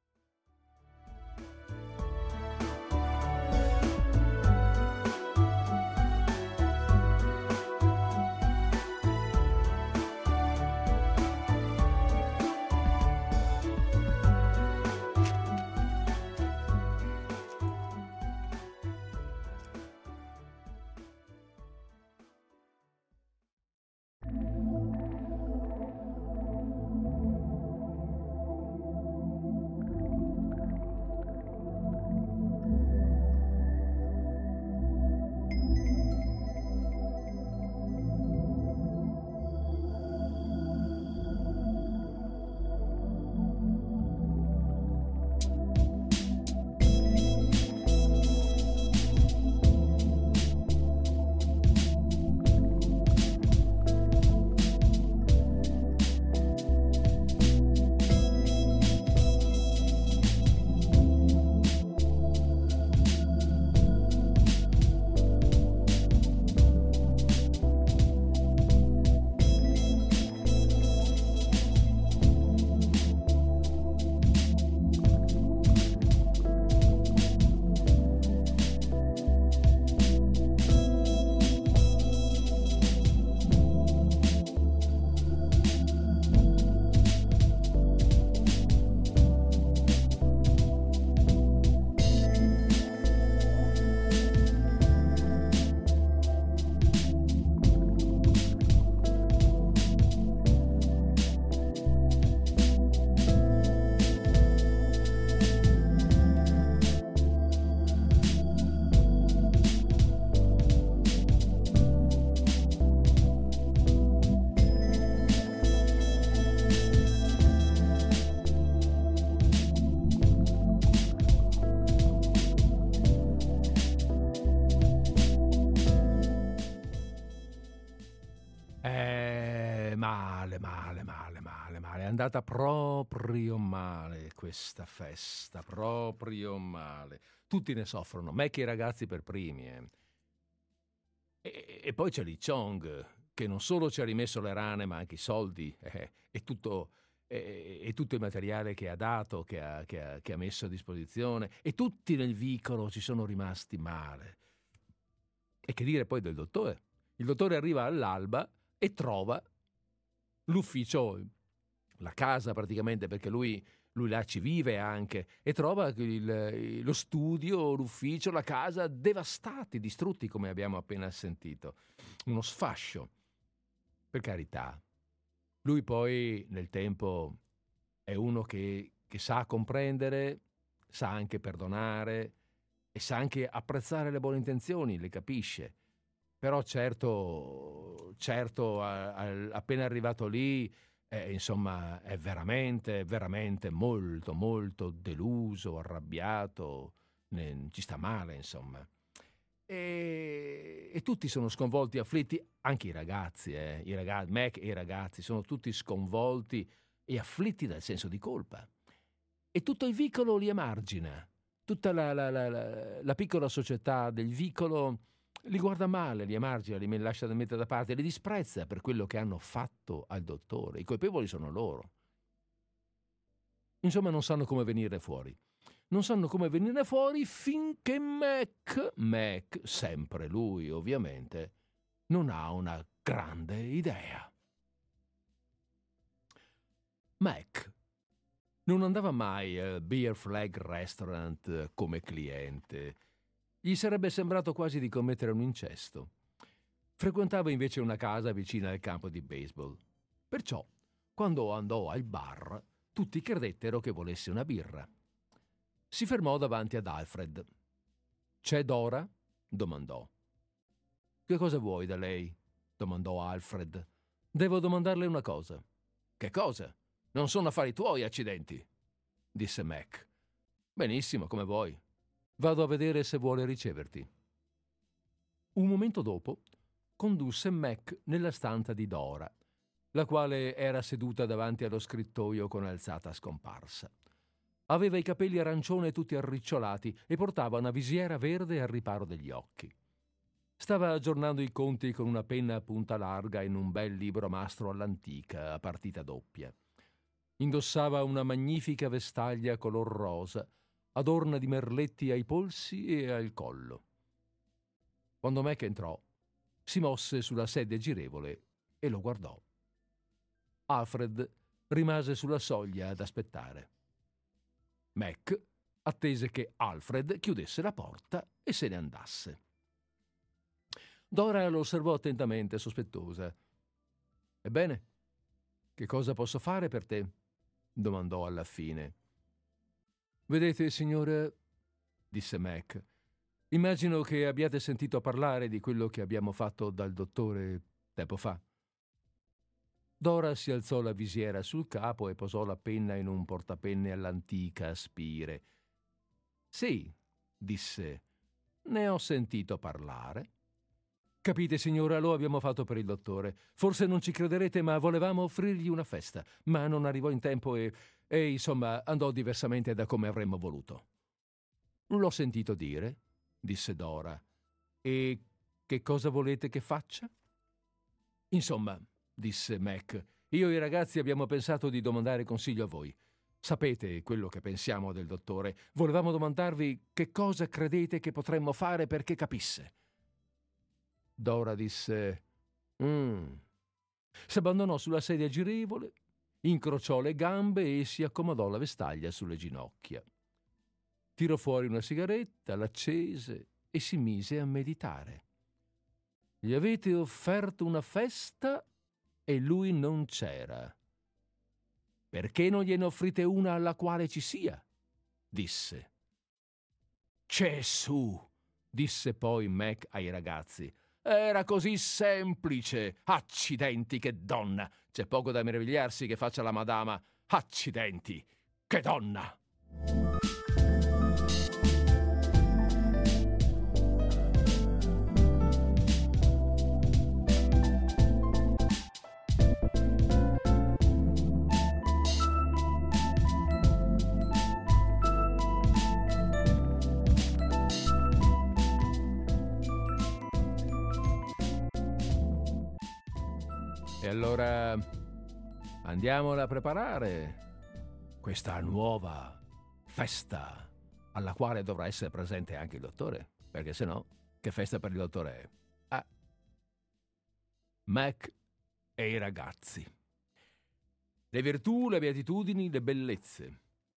Male, male, male, male, male. È andata proprio male questa festa, proprio male. Tutti ne soffrono, me che i ragazzi per primi. Eh. E, e poi c'è Lee Chong, che non solo ci ha rimesso le rane, ma anche i soldi eh, e, tutto, e, e tutto il materiale che ha dato, che ha, che, ha, che ha messo a disposizione. E tutti nel vicolo ci sono rimasti male. E che dire poi del dottore? Il dottore arriva all'alba e trova l'ufficio, la casa praticamente, perché lui lui là ci vive anche e trova il, lo studio, l'ufficio, la casa devastati, distrutti come abbiamo appena sentito. Uno sfascio. Per carità. Lui poi nel tempo è uno che, che sa comprendere, sa anche perdonare e sa anche apprezzare le buone intenzioni, le capisce. Però certo, certo a, a, appena arrivato lì, eh, insomma, è veramente, veramente molto, molto deluso, arrabbiato, ne, ci sta male, insomma. E, e tutti sono sconvolti, afflitti, anche i ragazzi, eh, i ragazzi, Mac e i ragazzi, sono tutti sconvolti e afflitti dal senso di colpa. E tutto il vicolo li emargina, tutta la, la, la, la, la piccola società del vicolo li guarda male, li emargina, li lascia da mettere da parte, li disprezza per quello che hanno fatto al dottore. I colpevoli sono loro. Insomma, non sanno come venire fuori. Non sanno come venire fuori finché Mac, Mac, sempre lui ovviamente, non ha una grande idea. Mac non andava mai al Bear Flag Restaurant come cliente. Gli sarebbe sembrato quasi di commettere un incesto. Frequentava invece una casa vicina al campo di baseball. Perciò, quando andò al bar, tutti credettero che volesse una birra. Si fermò davanti ad Alfred. «C'è Dora?» domandò. «Che cosa vuoi da lei?» domandò Alfred. «Devo domandarle una cosa». «Che cosa? Non sono affari tuoi, accidenti», disse Mac. «Benissimo, come vuoi. Vado a vedere se vuole riceverti». Un momento dopo condusse Mac nella stanza di Dora, la quale era seduta davanti allo scrittoio con alzata scomparsa. Aveva i capelli arancione tutti arricciolati e portava una visiera verde al riparo degli occhi. Stava aggiornando i conti con una penna a punta larga in un bel libro mastro all'antica, a partita doppia. Indossava una magnifica vestaglia color rosa, adorna di merletti ai polsi e al collo. Quando Mac entrò, si mosse sulla sedia girevole e lo guardò. Alfred rimase sulla soglia ad aspettare. Mac attese che Alfred chiudesse la porta e se ne andasse. Dora lo osservò attentamente, sospettosa. «Ebbene, che cosa posso fare per te?» domandò alla fine. «Vedete, signora», disse Mac, «immagino che abbiate sentito parlare di quello che abbiamo fatto dal dottore tempo fa». Dora si alzò la visiera sul capo e posò la penna in un portapenne all'antica a spire. «Sì», disse, «ne ho sentito parlare». «Capite, signora, lo abbiamo fatto per il dottore. Forse non ci crederete, ma volevamo offrirgli una festa, ma non arrivò in tempo e, e insomma, andò diversamente da come avremmo voluto». «L'ho sentito dire», disse Dora. «E che cosa volete che faccia?» «Insomma», disse Mac, «io e i ragazzi abbiamo pensato di domandare consiglio a voi. Sapete quello che pensiamo del dottore. Volevamo domandarvi che cosa credete che potremmo fare perché capisse». Dora disse «Mm». Si abbandonò sulla sedia girevole, incrociò le gambe e si accomodò la vestaglia sulle ginocchia. Tirò fuori una sigaretta, l'accese e si mise a meditare. «Gli avete offerto una festa e lui non c'era. Perché non gliene offrite una alla quale ci sia?» disse. «Gesù!» disse poi Mac ai ragazzi. «Era così semplice! Accidenti, che donna! C'è poco da meravigliarsi che faccia la madama. Accidenti, che donna!» E allora andiamola a preparare questa nuova festa alla quale dovrà essere presente anche il dottore, perché se no, che festa per il dottore è? Ah, Mac e i ragazzi. Le virtù, le beatitudini, le bellezze.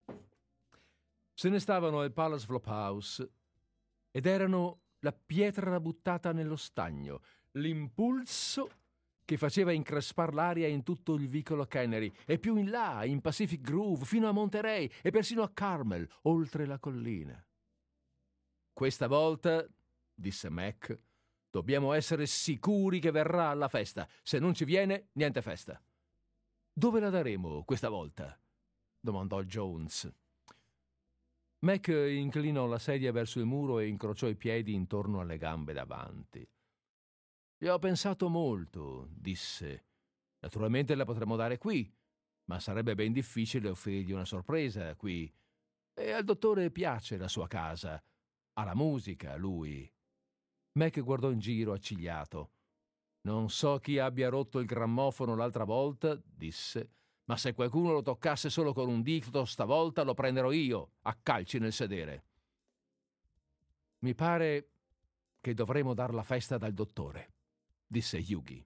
Se ne stavano al Palace Flophouse ed erano la pietra buttata nello stagno, l'impulso che faceva increspar l'aria in tutto il vicolo Cannery e più in là, in Pacific Grove, fino a Monterey e persino a Carmel, oltre la collina. Questa volta, disse Mac, dobbiamo essere sicuri che verrà alla festa. Se non ci viene, niente festa. Dove la daremo questa volta? Domandò Jones. Mac inclinò la sedia verso il muro e incrociò i piedi intorno alle gambe davanti. «Ci ho pensato molto», disse. «Naturalmente la potremmo dare qui, ma sarebbe ben difficile offrirgli una sorpresa qui. E al dottore piace la sua casa. Ha la musica, lui». Mac guardò in giro accigliato. «Non so chi abbia rotto il grammofono l'altra volta», disse, «ma se qualcuno lo toccasse solo con un dito stavolta lo prenderò io, a calci nel sedere». «Mi pare che dovremo dar la festa dal dottore», disse Hughie.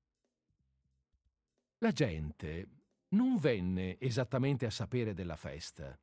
La gente non venne esattamente a sapere della festa.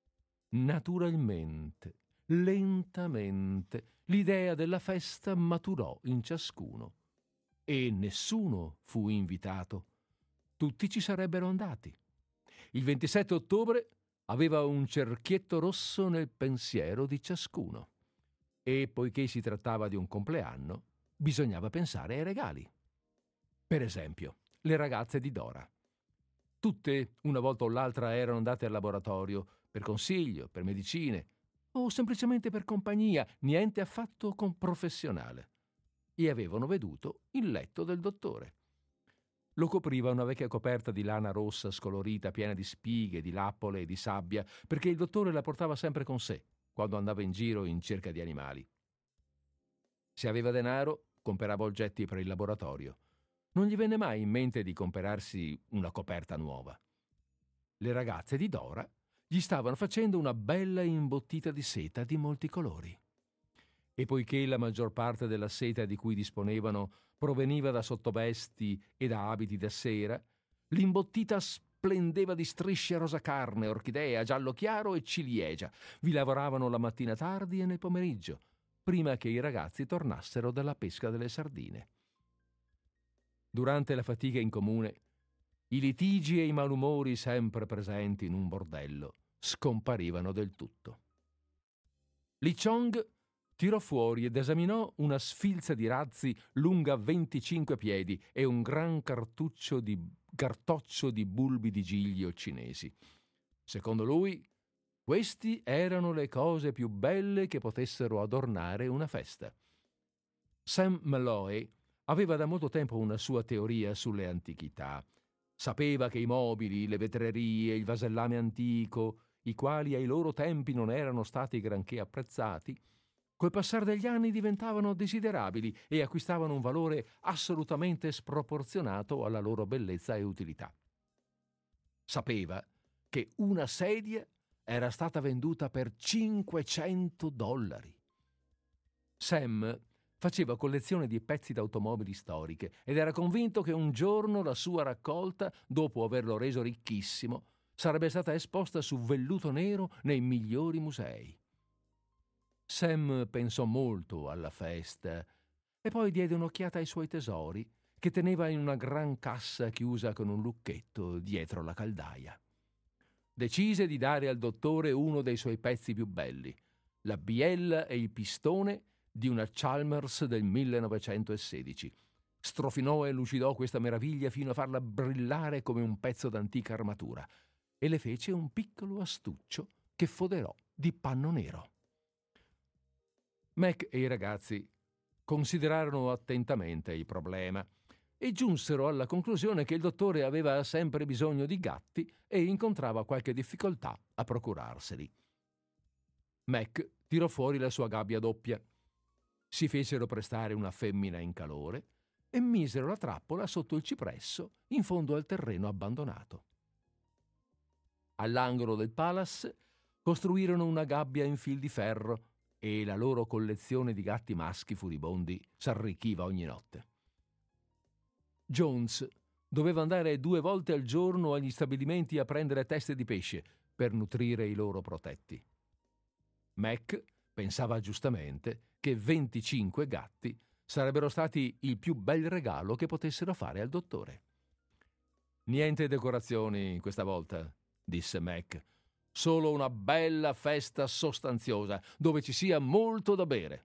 Naturalmente, lentamente, l'idea della festa maturò in ciascuno e nessuno fu invitato. Tutti ci sarebbero andati. Il ventisette ottobre aveva un cerchietto rosso nel pensiero di ciascuno e poiché si trattava di un compleanno, bisognava pensare ai regali. Per esempio, le ragazze di Dora. Tutte, una volta o l'altra, erano andate al laboratorio per consiglio, per medicine o semplicemente per compagnia, niente affatto con professionale, e avevano veduto il letto del dottore. Lo copriva una vecchia coperta di lana rossa scolorita, piena di spighe, di lappole e di sabbia, perché il dottore la portava sempre con sé quando andava in giro in cerca di animali. Se aveva denaro, comperava oggetti per il laboratorio. Non gli venne mai in mente di comperarsi una coperta nuova. Le ragazze di Dora gli stavano facendo una bella imbottita di seta di molti colori. E poiché la maggior parte della seta di cui disponevano proveniva da sottovesti e da abiti da sera, l'imbottita splendeva di strisce rosa carne, orchidea, giallo chiaro e ciliegia. Vi lavoravano la mattina tardi e nel pomeriggio, prima che i ragazzi tornassero dalla pesca delle sardine. Durante la fatica in comune, i litigi e i malumori sempre presenti in un bordello scomparivano del tutto. Li Chong tirò fuori ed esaminò una sfilza di razzi lunga venticinque piedi e un gran cartuccio di cartoccio di bulbi di giglio cinesi. Secondo lui, questi erano le cose più belle che potessero adornare una festa. Sam Malloy aveva da molto tempo una sua teoria sulle antichità. Sapeva che i mobili, le vetrerie, il vasellame antico, i quali ai loro tempi non erano stati granché apprezzati, col passare degli anni diventavano desiderabili e acquistavano un valore assolutamente sproporzionato alla loro bellezza e utilità. Sapeva che una sedia era stata venduta per cinquecento dollari. Sam faceva collezione di pezzi d'automobili storiche ed era convinto che un giorno la sua raccolta, dopo averlo reso ricchissimo, sarebbe stata esposta su velluto nero nei migliori musei. Sam pensò molto alla festa e poi diede un'occhiata ai suoi tesori che teneva in una gran cassa chiusa con un lucchetto dietro la caldaia. Decise di dare al dottore uno dei suoi pezzi più belli, la biella e il pistone di una Chalmers del millenovecentosedici. Strofinò e lucidò questa meraviglia fino a farla brillare come un pezzo d'antica armatura e le fece un piccolo astuccio che foderò di panno nero. Mac e i ragazzi considerarono attentamente il problema e giunsero alla conclusione che il dottore aveva sempre bisogno di gatti e incontrava qualche difficoltà a procurarseli. Mac tirò fuori la sua gabbia doppia. Si fecero prestare una femmina in calore e misero la trappola sotto il cipresso in fondo al terreno abbandonato. All'angolo del Palace costruirono una gabbia in fil di ferro e la loro collezione di gatti maschi furibondi s'arricchiva ogni notte. Jones doveva andare due volte al giorno agli stabilimenti a prendere teste di pesce per nutrire i loro protetti. Mac pensava giustamente che venticinque gatti sarebbero stati il più bel regalo che potessero fare al dottore. «Niente decorazioni questa volta», disse Mac. «Solo una bella festa sostanziosa, dove ci sia molto da bere».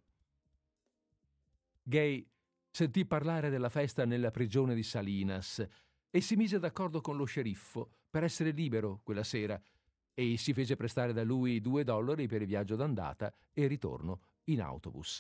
Gay sentì parlare della festa nella prigione di Salinas e si mise d'accordo con lo sceriffo per essere libero quella sera, e si fece prestare da lui due dollari per il viaggio d'andata e ritorno in autobus.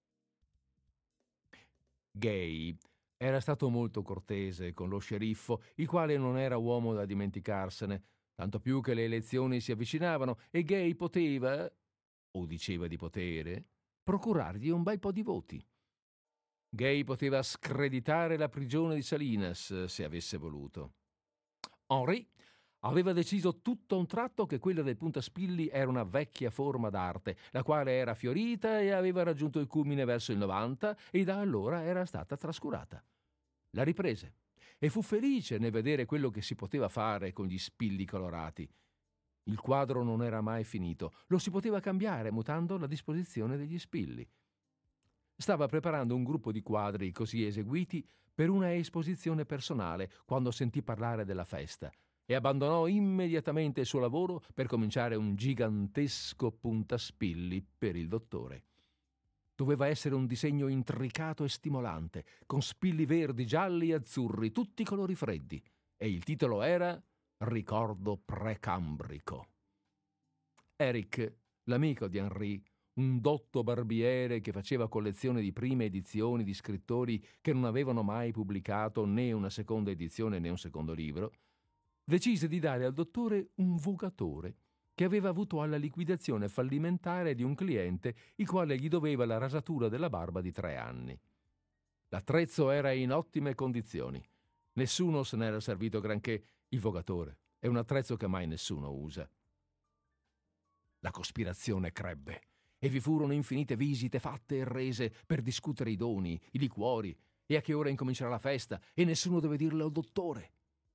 Gay era stato molto cortese con lo sceriffo, il quale non era uomo da dimenticarsene, tanto più che le elezioni si avvicinavano e Gay poteva, o diceva di potere, procurargli un bel po' di voti. Gay poteva screditare la prigione di Salinas se avesse voluto. Henry aveva deciso tutto a un tratto che quella del Puntaspilli era una vecchia forma d'arte, la quale era fiorita e aveva raggiunto il culmine verso il novanta e da allora era stata trascurata. La riprese e fu felice nel vedere quello che si poteva fare con gli spilli colorati. Il quadro non era mai finito, lo si poteva cambiare mutando la disposizione degli spilli. Stava preparando un gruppo di quadri così eseguiti per una esposizione personale quando sentì parlare della festa e abbandonò immediatamente il suo lavoro per cominciare un gigantesco puntaspilli per il dottore. Doveva essere un disegno intricato e stimolante, con spilli verdi, gialli e azzurri, tutti colori freddi, e il titolo era Ricordo precambrico. Eric, l'amico di Henry, un dotto barbiere che faceva collezione di prime edizioni di scrittori che non avevano mai pubblicato né una seconda edizione né un secondo libro, decise di dare al dottore un vogatore che aveva avuto alla liquidazione fallimentare di un cliente il quale gli doveva la rasatura della barba di tre anni. L'attrezzo era in ottime condizioni. Nessuno se n'era servito granché. Il vogatore è un attrezzo che mai nessuno usa. La cospirazione crebbe e vi furono infinite visite fatte e rese per discutere i doni, i liquori e a che ora incomincerà la festa, e nessuno deve dirlo al dottore.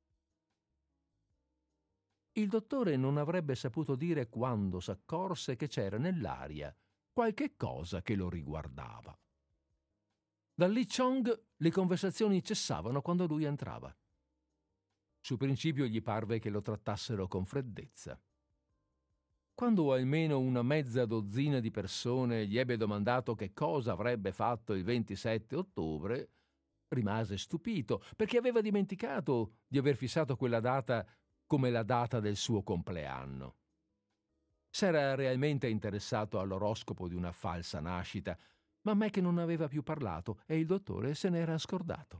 Il dottore non avrebbe saputo dire quando s'accorse che c'era nell'aria qualche cosa che lo riguardava. Da Li Chong le conversazioni cessavano quando lui entrava. Su principio gli parve che lo trattassero con freddezza. Quando almeno una mezza dozzina di persone gli ebbe domandato che cosa avrebbe fatto il ventisette ottobre, rimase stupito perché aveva dimenticato di aver fissato quella data come la data del suo compleanno. S'era realmente interessato all'oroscopo di una falsa nascita, ma Mac non aveva più parlato e il dottore se n'era scordato.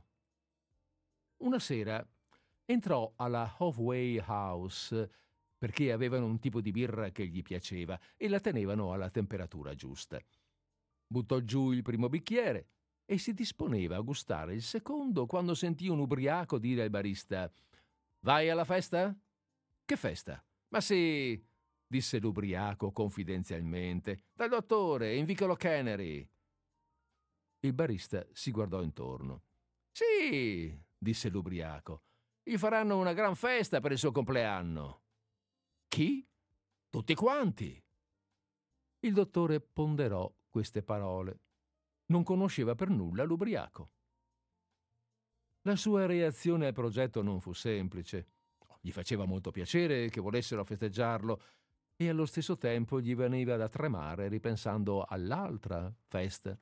Una sera entrò alla Halfway House perché avevano un tipo di birra che gli piaceva e la tenevano alla temperatura giusta. Buttò giù il primo bicchiere e si disponeva a gustare il secondo quando sentì un ubriaco dire al barista: «Vai alla festa?» «Che festa?» «Ma sì», disse l'ubriaco confidenzialmente, «dal dottore, in vicolo Cannery». Il barista si guardò intorno. «Sì», disse l'ubriaco, «gli faranno una gran festa per il suo compleanno». «Chi?» «Tutti quanti». Il dottore ponderò queste parole. Non conosceva per nulla l'ubriaco. La sua reazione al progetto non fu semplice. Gli faceva molto piacere che volessero festeggiarlo e allo stesso tempo gli veniva da tremare ripensando all'altra festa.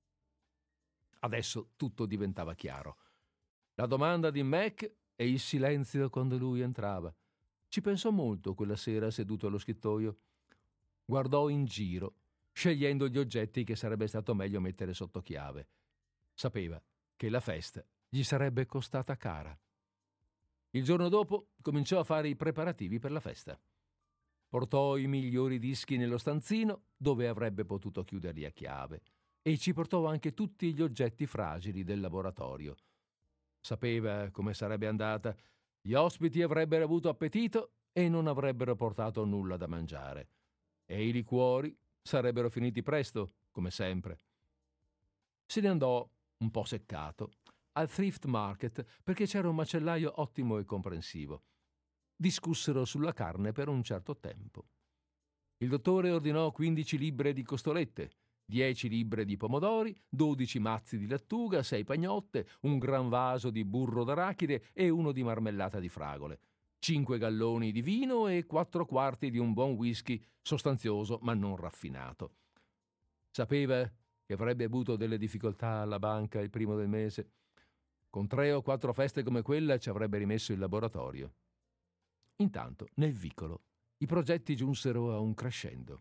Adesso tutto diventava chiaro. La domanda di Mac e il silenzio quando lui entrava. Ci pensò molto quella sera seduto allo scrittoio. Guardò in giro, scegliendo gli oggetti che sarebbe stato meglio mettere sotto chiave. Sapeva che la festa gli sarebbe costata cara. Il giorno dopo cominciò a fare i preparativi per la festa. Portò i migliori dischi nello stanzino, dove avrebbe potuto chiuderli a chiave, e ci portò anche tutti gli oggetti fragili del laboratorio. Sapeva come sarebbe andata. Gli ospiti avrebbero avuto appetito e non avrebbero portato nulla da mangiare. E i liquori sarebbero finiti presto, come sempre. Se ne andò, un po' seccato, al thrift market perché c'era un macellaio ottimo e comprensivo. Discussero sulla carne per un certo tempo. Il dottore ordinò quindici libbre di costolette, dieci libbre di pomodori, dodici mazzi di lattuga, sei pagnotte, un gran vaso di burro d'arachide e uno di marmellata di fragole, cinque galloni di vino e quattro quarti di un buon whisky sostanzioso ma non raffinato. Sapeva che avrebbe avuto delle difficoltà alla banca il primo del mese. Con tre o quattro feste come quella ci avrebbe rimesso il laboratorio. Intanto, nel vicolo, i progetti giunsero a un crescendo.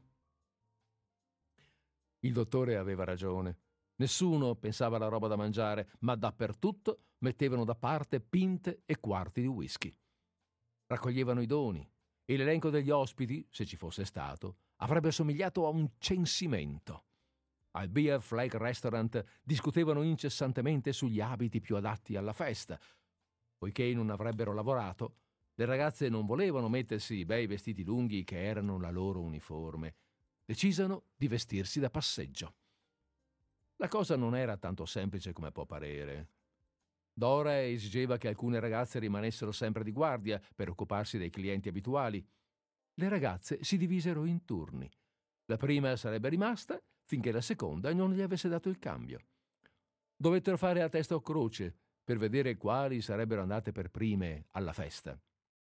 Il dottore aveva ragione. Nessuno pensava alla roba da mangiare, ma dappertutto mettevano da parte pinte e quarti di whisky. Raccoglievano i doni e l'elenco degli ospiti, se ci fosse stato, avrebbe somigliato a un censimento. Al Beer Flag Restaurant discutevano incessantemente sugli abiti più adatti alla festa. Poiché non avrebbero lavorato, le ragazze non volevano mettersi i bei vestiti lunghi che erano la loro uniforme. Decisero di vestirsi da passeggio. La cosa non era tanto semplice come può parere. Dora esigeva che alcune ragazze rimanessero sempre di guardia per occuparsi dei clienti abituali. Le ragazze si divisero in turni. La prima sarebbe rimasta finché la seconda non gli avesse dato il cambio. Dovettero fare a testa o croce per vedere quali sarebbero andate per prime alla festa.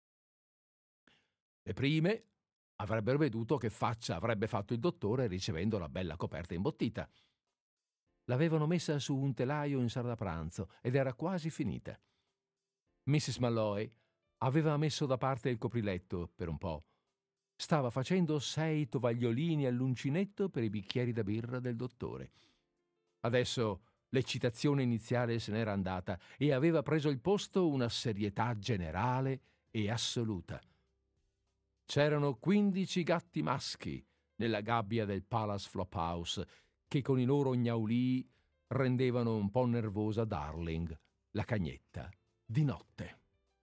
Le prime avrebbero veduto che faccia avrebbe fatto il dottore ricevendo la bella coperta imbottita. L'avevano messa su un telaio in sala da pranzo ed era quasi finita. missus Malloy aveva messo da parte il copriletto per un po'. Stava facendo sei tovagliolini all'uncinetto per i bicchieri da birra del dottore. Adesso l'eccitazione iniziale se n'era andata e aveva preso il posto una serietà generale e assoluta. C'erano quindici gatti maschi nella gabbia del Palace Flophouse che con i loro gnaulii rendevano un po' nervosa Darling, la cagnetta, di notte.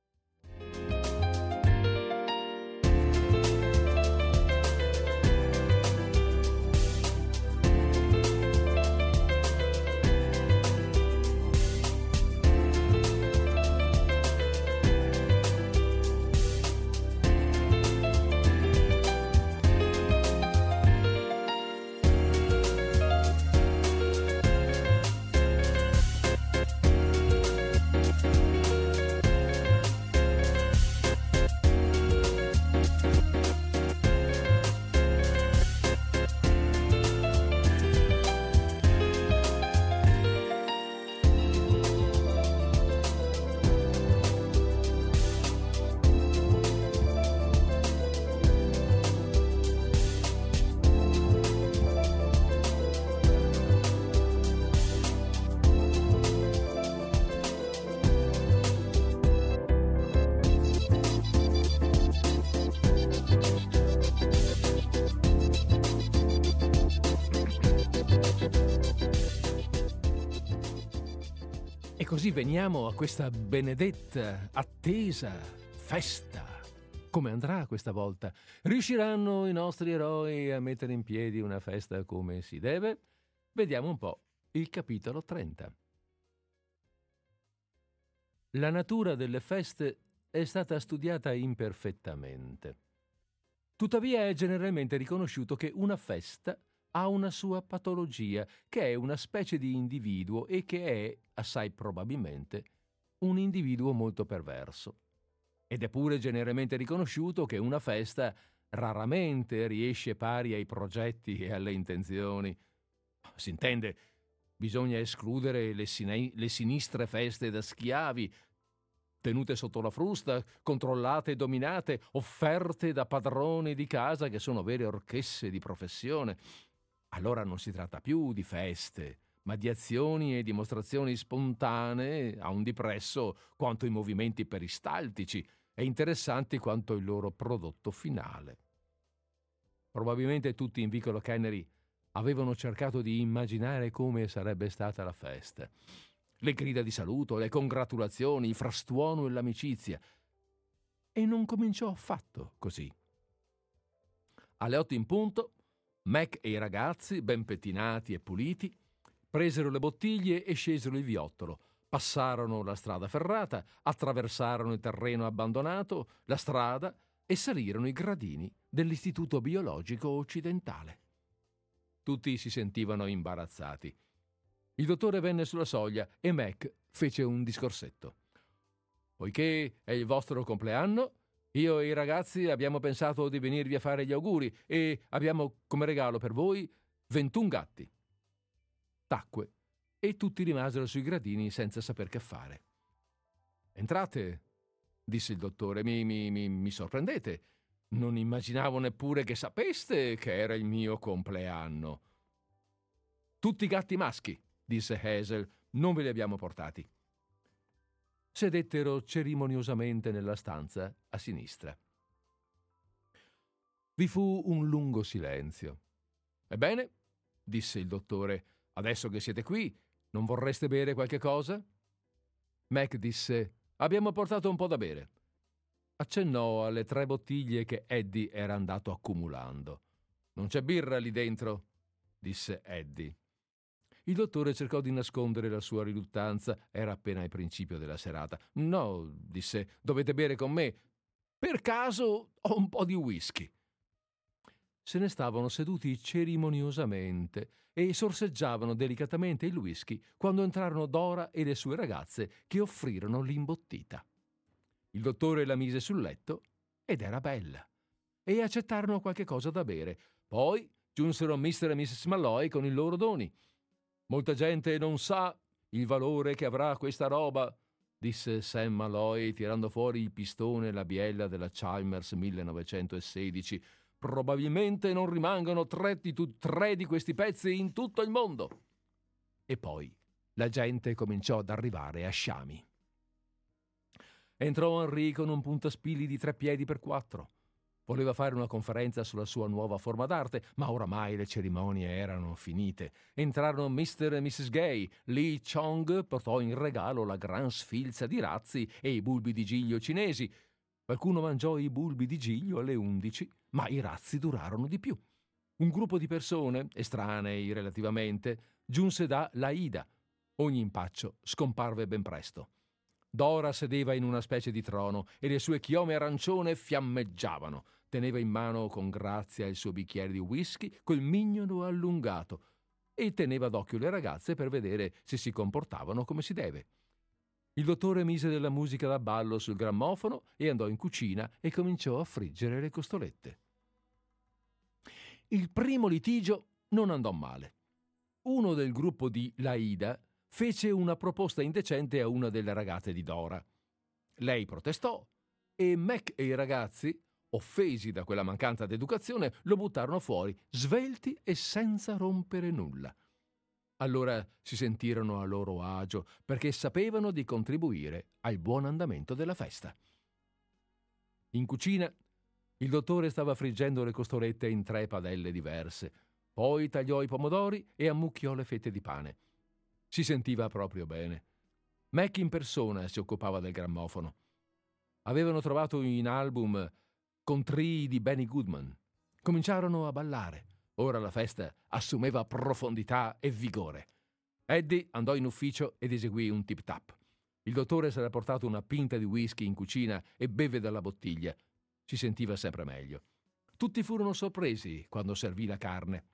E così veniamo a questa benedetta, attesa festa. Come andrà questa volta? Riusciranno i nostri eroi a mettere in piedi una festa come si deve? Vediamo un po' il capitolo trenta. La natura delle feste è stata studiata imperfettamente. Tuttavia è generalmente riconosciuto che una festa ha una sua patologia, che è una specie di individuo e che è, assai probabilmente, un individuo molto perverso. Ed è pure generalmente riconosciuto che una festa raramente riesce pari ai progetti e alle intenzioni. Si intende, bisogna escludere le, sine- le sinistre feste da schiavi, tenute sotto la frusta, controllate e dominate, offerte da padroni di casa che sono vere orchesse di professione. Allora non si tratta più di feste, ma di azioni e dimostrazioni spontanee a un dipresso quanto i movimenti peristaltici e interessanti quanto il loro prodotto finale. Probabilmente tutti in vicolo Cannery avevano cercato di immaginare come sarebbe stata la festa. Le grida di saluto, le congratulazioni, il frastuono e l'amicizia. E non cominciò affatto così. Alle otto in punto, Mac e i ragazzi, ben pettinati e puliti, presero le bottiglie e scesero il viottolo, passarono la strada ferrata, attraversarono il terreno abbandonato, la strada, e salirono i gradini dell'Istituto Biologico Occidentale. Tutti si sentivano imbarazzati. Il dottore venne sulla soglia e Mac fece un discorsetto. Poiché è il vostro compleanno, io e i ragazzi abbiamo pensato di venirvi a fare gli auguri e abbiamo come regalo per voi ventuno gatti. Tacque e tutti rimasero sui gradini senza saper che fare. Entrate, disse il dottore, mi, mi, mi, mi sorprendete. Non immaginavo neppure che sapeste che era il mio compleanno. Tutti gatti maschi, disse Hazel, non ve li abbiamo portati. Sedettero cerimoniosamente nella stanza a sinistra. Vi fu un lungo silenzio. Ebbene, disse il dottore, adesso che siete qui, non vorreste bere qualche cosa? Mac disse, abbiamo portato un po' da bere. Accennò alle tre bottiglie che Eddie era andato accumulando. Non c'è birra lì dentro, disse Eddie. Il dottore cercò di nascondere la sua riluttanza, era appena il principio della serata. No, disse, dovete bere con me. Per caso ho un po' di whisky. Se ne stavano seduti cerimoniosamente e sorseggiavano delicatamente il whisky quando entrarono Dora e le sue ragazze che offrirono l'imbottita. Il dottore la mise sul letto ed era bella e accettarono qualche cosa da bere. Poi giunsero mister e missus Malloy con i loro doni. Molta gente non sa il valore che avrà questa roba, disse Sam Malloy tirando fuori il pistone e la biella della Chalmers millenovecentosedici. Probabilmente non rimangono tre di, tu- tre di questi pezzi in tutto il mondo. E poi la gente cominciò ad arrivare a sciami. Entrò Henry con un puntaspilli di tre piedi per quattro. Voleva fare una conferenza sulla sua nuova forma d'arte, ma oramai le cerimonie erano finite. Entrarono mister e missus Gay. Lee Chong portò in regalo la gran sfilza di razzi e i bulbi di giglio cinesi. Qualcuno mangiò i bulbi di giglio alle undici, ma i razzi durarono di più. Un gruppo di persone, estranei relativamente, giunse da Laida. Ogni impaccio scomparve ben presto. Dora sedeva in una specie di trono e le sue chiome arancione fiammeggiavano. Teneva in mano con grazia il suo bicchiere di whisky col mignolo allungato e teneva d'occhio le ragazze per vedere se si comportavano come si deve. Il dottore mise della musica da ballo sul grammofono e andò in cucina e cominciò a friggere le costolette. Il primo litigio non andò male. Uno del gruppo di Laida fece una proposta indecente a una delle ragazze di Dora. Lei protestò e Mac e i ragazzi, offesi da quella mancanza d'educazione, lo buttarono fuori, svelti e senza rompere nulla. Allora si sentirono a loro agio perché sapevano di contribuire al buon andamento della festa. In cucina il dottore stava friggendo le costolette in tre padelle diverse, poi tagliò i pomodori e ammucchiò le fette di pane. Si sentiva proprio bene. Mac in persona si occupava del grammofono. Avevano trovato in album contrii di Benny Goodman. Cominciarono a ballare. Ora la festa assumeva profondità e vigore. Eddie andò in ufficio ed eseguì un tip-tap. Il dottore s'era portato una pinta di whisky in cucina e beve dalla bottiglia. Si sentiva sempre meglio. Tutti furono sorpresi quando servì la carne.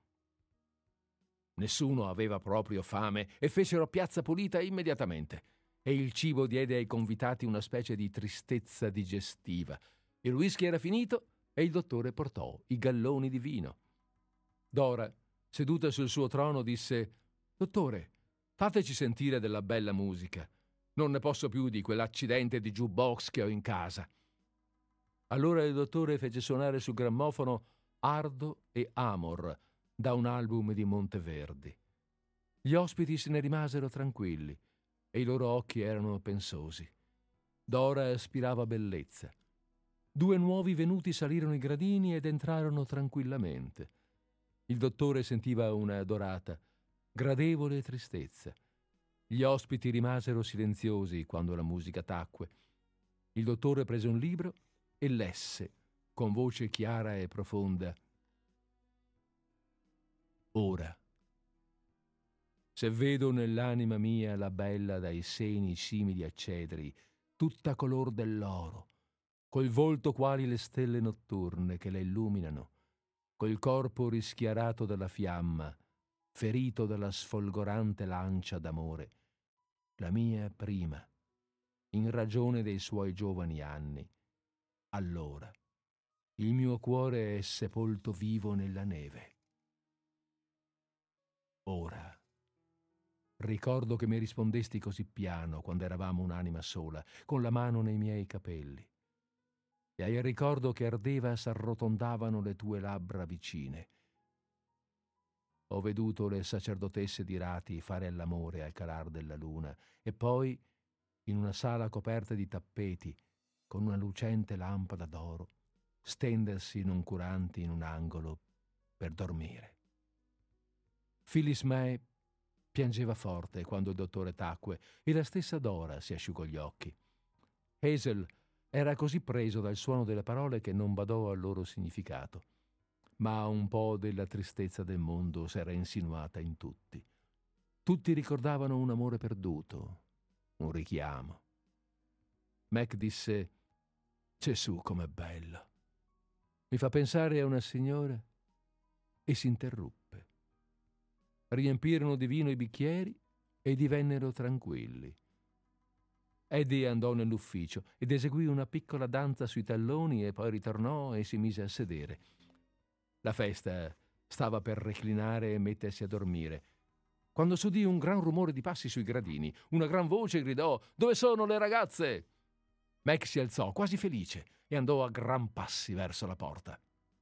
Nessuno aveva proprio fame e fecero piazza pulita immediatamente. E il cibo diede ai convitati una specie di tristezza digestiva. Il whisky era finito e il dottore portò i galloni di vino. Dora, seduta sul suo trono, disse: «Dottore, fateci sentire della bella musica. Non ne posso più di quell'accidente di jukebox che ho in casa». Allora il dottore fece suonare sul grammofono Ardo e Amor da un album di Monteverdi. Gli ospiti se ne rimasero tranquilli e i loro occhi erano pensosi. Dora aspirava bellezza. Due nuovi venuti salirono i gradini ed entrarono tranquillamente. Il dottore sentiva una dorata, gradevole tristezza. Gli ospiti rimasero silenziosi quando la musica tacque. Il dottore prese un libro e lesse, con voce chiara e profonda: «Ora, se vedo nell'anima mia la bella dai seni simili a cedri, tutta color dell'oro, col volto quali le stelle notturne che la illuminano, col corpo rischiarato dalla fiamma, ferito dalla sfolgorante lancia d'amore, la mia prima, in ragione dei suoi giovani anni. Allora il mio cuore è sepolto vivo nella neve. Ora ricordo che mi rispondesti così piano quando eravamo un'anima sola, con la mano nei miei capelli. E hai il ricordo che ardeva s'arrotondavano le tue labbra vicine. Ho veduto le sacerdotesse di rati fare l'amore al calar della luna e poi, in una sala coperta di tappeti, con una lucente lampada d'oro, stendersi noncuranti in un angolo per dormire. Phyllis May piangeva forte quando il dottore tacque e la stessa Dora si asciugò gli occhi. Hazel era così preso dal suono delle parole che non badò al loro significato, ma un po' della tristezza del mondo s'era insinuata in tutti. Tutti ricordavano un amore perduto, un richiamo. Mac disse: «Gesù, com'è bello! Mi fa pensare a una signora», e si interruppe. Riempirono di vino i bicchieri e divennero tranquilli. Eddie andò nell'ufficio ed eseguì una piccola danza sui talloni e poi ritornò e si mise a sedere. La festa stava per reclinare e mettersi a dormire, quando s'udì un gran rumore di passi sui gradini. Una gran voce gridò: «Dove sono le ragazze?» Mac si alzò, quasi felice, e andò a gran passi verso la porta.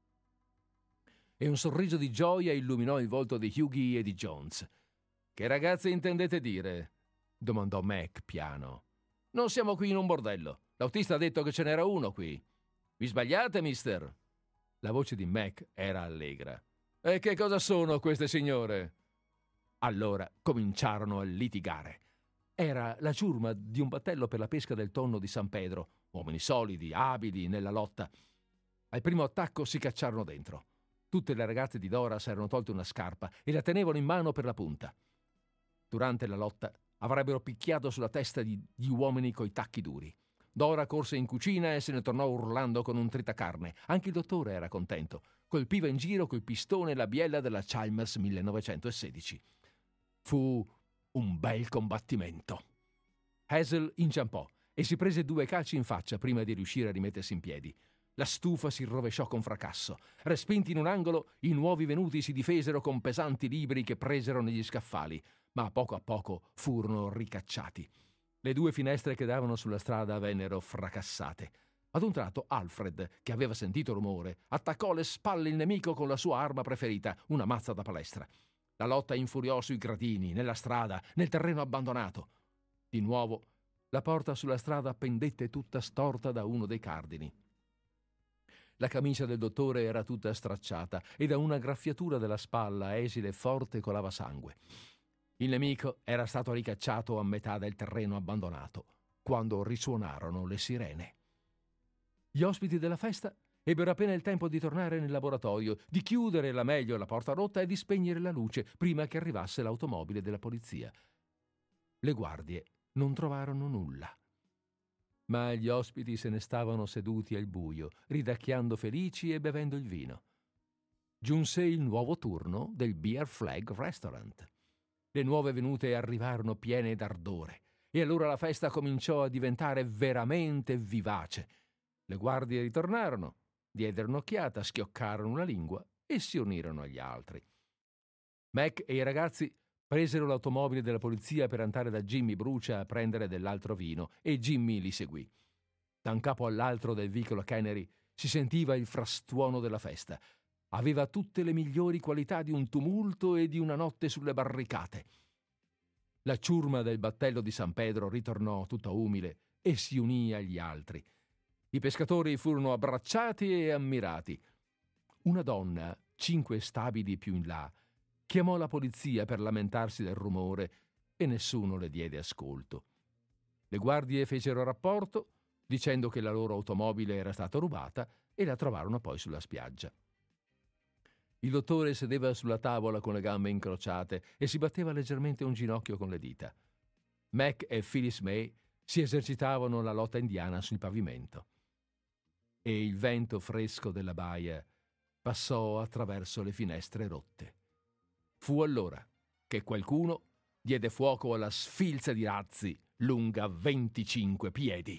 E un sorriso di gioia illuminò il volto di Hughie e di Jones. «Che ragazze intendete dire?» domandò Mac piano. «Non siamo qui in un bordello. L'autista ha detto che ce n'era uno qui. Vi sbagliate, mister?» La voce di Mac era allegra. «E che cosa sono queste signore?» Allora cominciarono a litigare. Era la ciurma di un battello per la pesca del tonno di San Pedro, uomini solidi, abili nella lotta. Al primo attacco si cacciarono dentro. Tutte le ragazze di Dora s'erano tolte una scarpa e la tenevano in mano per la punta. Durante la lotta avrebbero picchiato sulla testa di, di uomini coi tacchi duri. Dora corse in cucina e se ne tornò urlando con un tritacarne. Anche il dottore era contento. Colpiva in giro col pistone la biella della Chalmers millenovecentosedici. Fu un bel combattimento. Hazel inciampò e si prese due calci in faccia prima di riuscire a rimettersi in piedi. La stufa si rovesciò con fracasso. Respinti in un angolo, i nuovi venuti si difesero con pesanti libri che presero negli scaffali, ma a poco a poco furono ricacciati. Le due finestre che davano sulla strada vennero fracassate. Ad un tratto Alfred, che aveva sentito rumore, attaccò alle spalle il nemico con la sua arma preferita, una mazza da palestra. La lotta infuriò sui gradini, nella strada, nel terreno abbandonato. Di nuovo, la porta sulla strada pendette tutta storta da uno dei cardini. La camicia del dottore era tutta stracciata e da una graffiatura della spalla esile e forte colava sangue. Il nemico era stato ricacciato a metà del terreno abbandonato, quando risuonarono le sirene. Gli ospiti della festa ebbero appena il tempo di tornare nel laboratorio, di chiudere la meglio la porta rotta e di spegnere la luce prima che arrivasse l'automobile della polizia. Le guardie non trovarono nulla. Ma gli ospiti se ne stavano seduti al buio, ridacchiando felici e bevendo il vino. Giunse il nuovo turno del Bear Flag Restaurant. Le nuove venute arrivarono piene d'ardore e allora la festa cominciò a diventare veramente vivace. Le guardie ritornarono, diedero un'occhiata, schioccarono la lingua e si unirono agli altri. Mac e i ragazzi presero l'automobile della polizia per andare da Jimmy Brucia a prendere dell'altro vino e Jimmy li seguì. Da un capo all'altro del vicolo Cannery si sentiva il frastuono della festa. Aveva tutte le migliori qualità di un tumulto e di una notte sulle barricate. La ciurma del battello di San Pedro ritornò tutta umile e si unì agli altri. I pescatori furono abbracciati e ammirati. Una donna, cinque stabili più in là, chiamò la polizia per lamentarsi del rumore e nessuno le diede ascolto. Le guardie fecero rapporto dicendo che la loro automobile era stata rubata e la trovarono poi sulla spiaggia. Il dottore sedeva sulla tavola con le gambe incrociate e si batteva leggermente un ginocchio con le dita. Mac e Phyllis May si esercitavano la lotta indiana sul pavimento. e il vento fresco della baia passò attraverso le finestre rotte. Fu allora che qualcuno diede fuoco alla sfilza di razzi lunga venticinque piedi.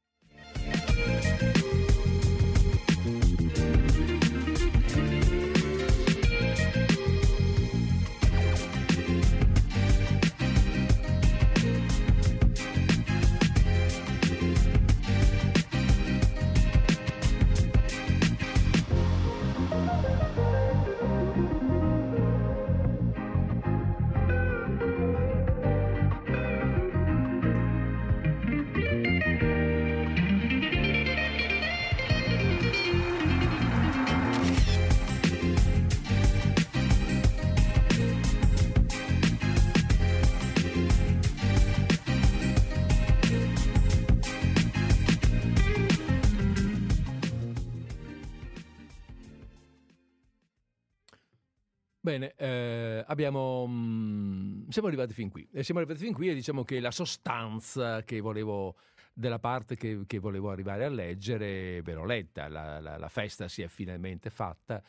Bene, eh, abbiamo, mh, siamo arrivati fin qui. E siamo arrivati fin qui e diciamo che la sostanza che volevo, della parte che, che volevo arrivare a leggere, ve l'ho letta, la, la, la festa si è finalmente fatta.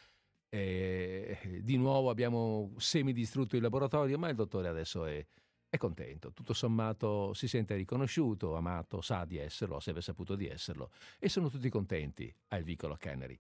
E di nuovo abbiamo semidistrutto il laboratorio, ma il dottore adesso è, è contento. Tutto sommato si sente riconosciuto, amato, sa di esserlo, se avesse saputo di esserlo. E sono tutti contenti al vicolo Cannery.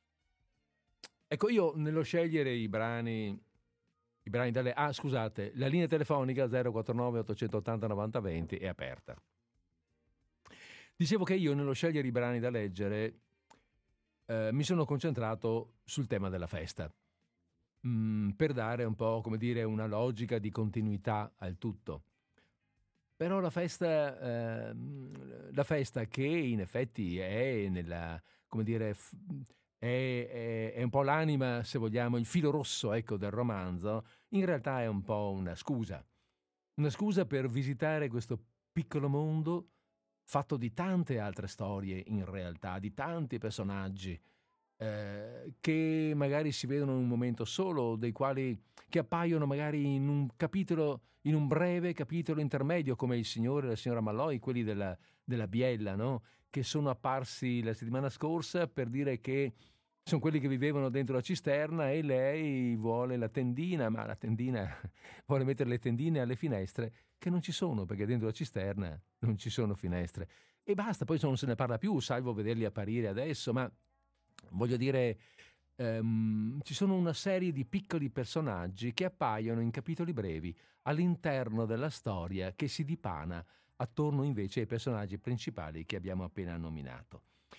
Ecco, io nello scegliere i brani, i brani dalle... Ah, scusate, la linea telefonica zero quattro nove otto otto zero nove zero due zero è aperta. Dicevo che io nello scegliere i brani da leggere eh, mi sono concentrato sul tema della festa, mm, per dare un po', come dire, una logica di continuità al tutto. Però la festa, eh, la festa che in effetti è nella, come dire... F- È, è, è un po' l'anima, se vogliamo, il filo rosso, ecco, del romanzo, in realtà è un po' una scusa. Una scusa per visitare questo piccolo mondo fatto di tante altre storie, in realtà, di tanti personaggi eh, che magari si vedono in un momento solo, dei quali che appaiono magari in un capitolo, in un breve capitolo intermedio, come il signore e la signora Malloy, quelli della, della Biella, no? Che sono apparsi la settimana scorsa per dire che sono quelli che vivevano dentro la cisterna e lei vuole la tendina, ma la tendina vuole mettere le tendine alle finestre che non ci sono, perché dentro la cisterna non ci sono finestre. E basta, poi non se ne parla più, salvo vederli apparire adesso, ma voglio dire, ehm, ci sono una serie di piccoli personaggi che appaiono in capitoli brevi all'interno della storia che si dipana attorno invece ai personaggi principali che abbiamo appena nominato.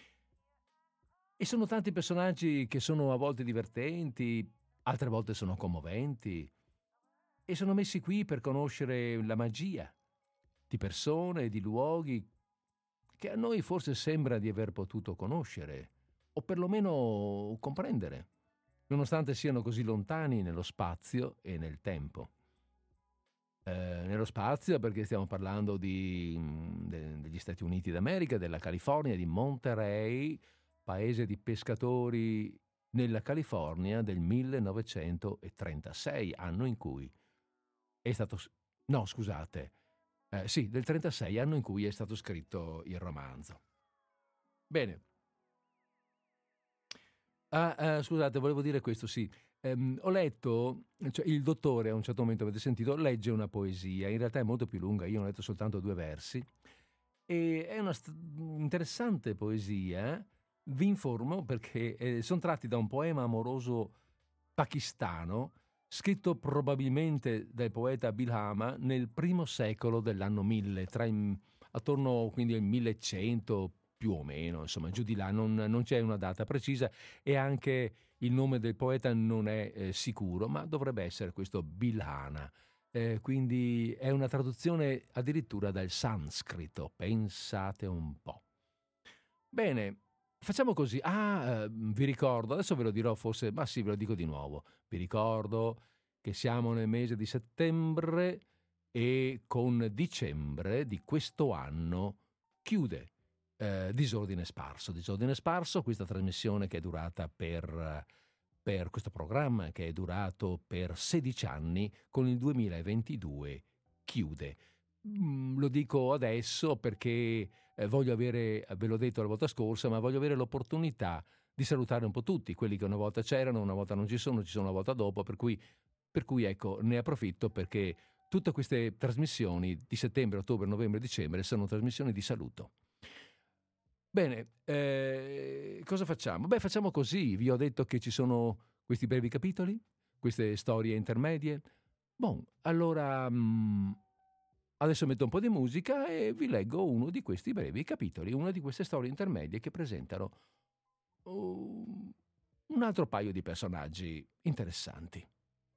E sono tanti personaggi che sono a volte divertenti, altre volte sono commoventi, e sono messi qui per conoscere la magia di persone e di luoghi che a noi forse sembra di aver potuto conoscere, o perlomeno comprendere, nonostante siano così lontani nello spazio e nel tempo. Eh, nello spazio perché stiamo parlando di, de, degli Stati Uniti d'America, della California, di Monterey, paese di pescatori nella California del millenovecentotrentasei, anno in cui è stato... No, scusate. Eh, sì, del trentasei, anno in cui è stato scritto il romanzo. Bene. Ah, ah, scusate, volevo dire questo, sì. Um, ho letto, cioè il dottore a un certo momento, avete sentito, legge una poesia, in realtà è molto più lunga, io ho letto soltanto due versi, e è una st- interessante poesia. Vi informo perché eh, sono tratti da un poema amoroso pakistano scritto probabilmente dal poeta Bilhama nel primo secolo dell'anno mille, tra in, attorno quindi al millecento più o meno, insomma giù di là, non, non c'è una data precisa e anche il nome del poeta non è eh, sicuro, ma dovrebbe essere questo Bilhana. Eh, quindi è una traduzione addirittura dal sanscrito, pensate un po'. Bene, facciamo così. Ah, eh, vi ricordo, adesso ve lo dirò forse, ma sì, ve lo dico di nuovo. Vi ricordo che siamo nel mese di settembre e con dicembre di questo anno chiude eh, Disordine Sparso. Disordine Sparso, questa trasmissione che è durata per, per questo programma che è durato per sedici anni, con il duemilaventidue chiude. Mm, lo dico adesso perché eh, voglio avere, ve l'ho detto la volta scorsa, ma voglio avere l'opportunità di salutare un po' tutti, quelli che una volta c'erano, una volta non ci sono, ci sono una volta dopo, per cui, per cui ecco, ne approfitto perché tutte queste trasmissioni di settembre, ottobre, novembre, dicembre sono trasmissioni di saluto. Bene, eh, cosa facciamo? Beh, facciamo così, vi ho detto che ci sono questi brevi capitoli, queste storie intermedie. Bon, allora mh, adesso metto un po' di musica e vi leggo uno di questi brevi capitoli, una di queste storie intermedie che presentano uh, un altro paio di personaggi interessanti.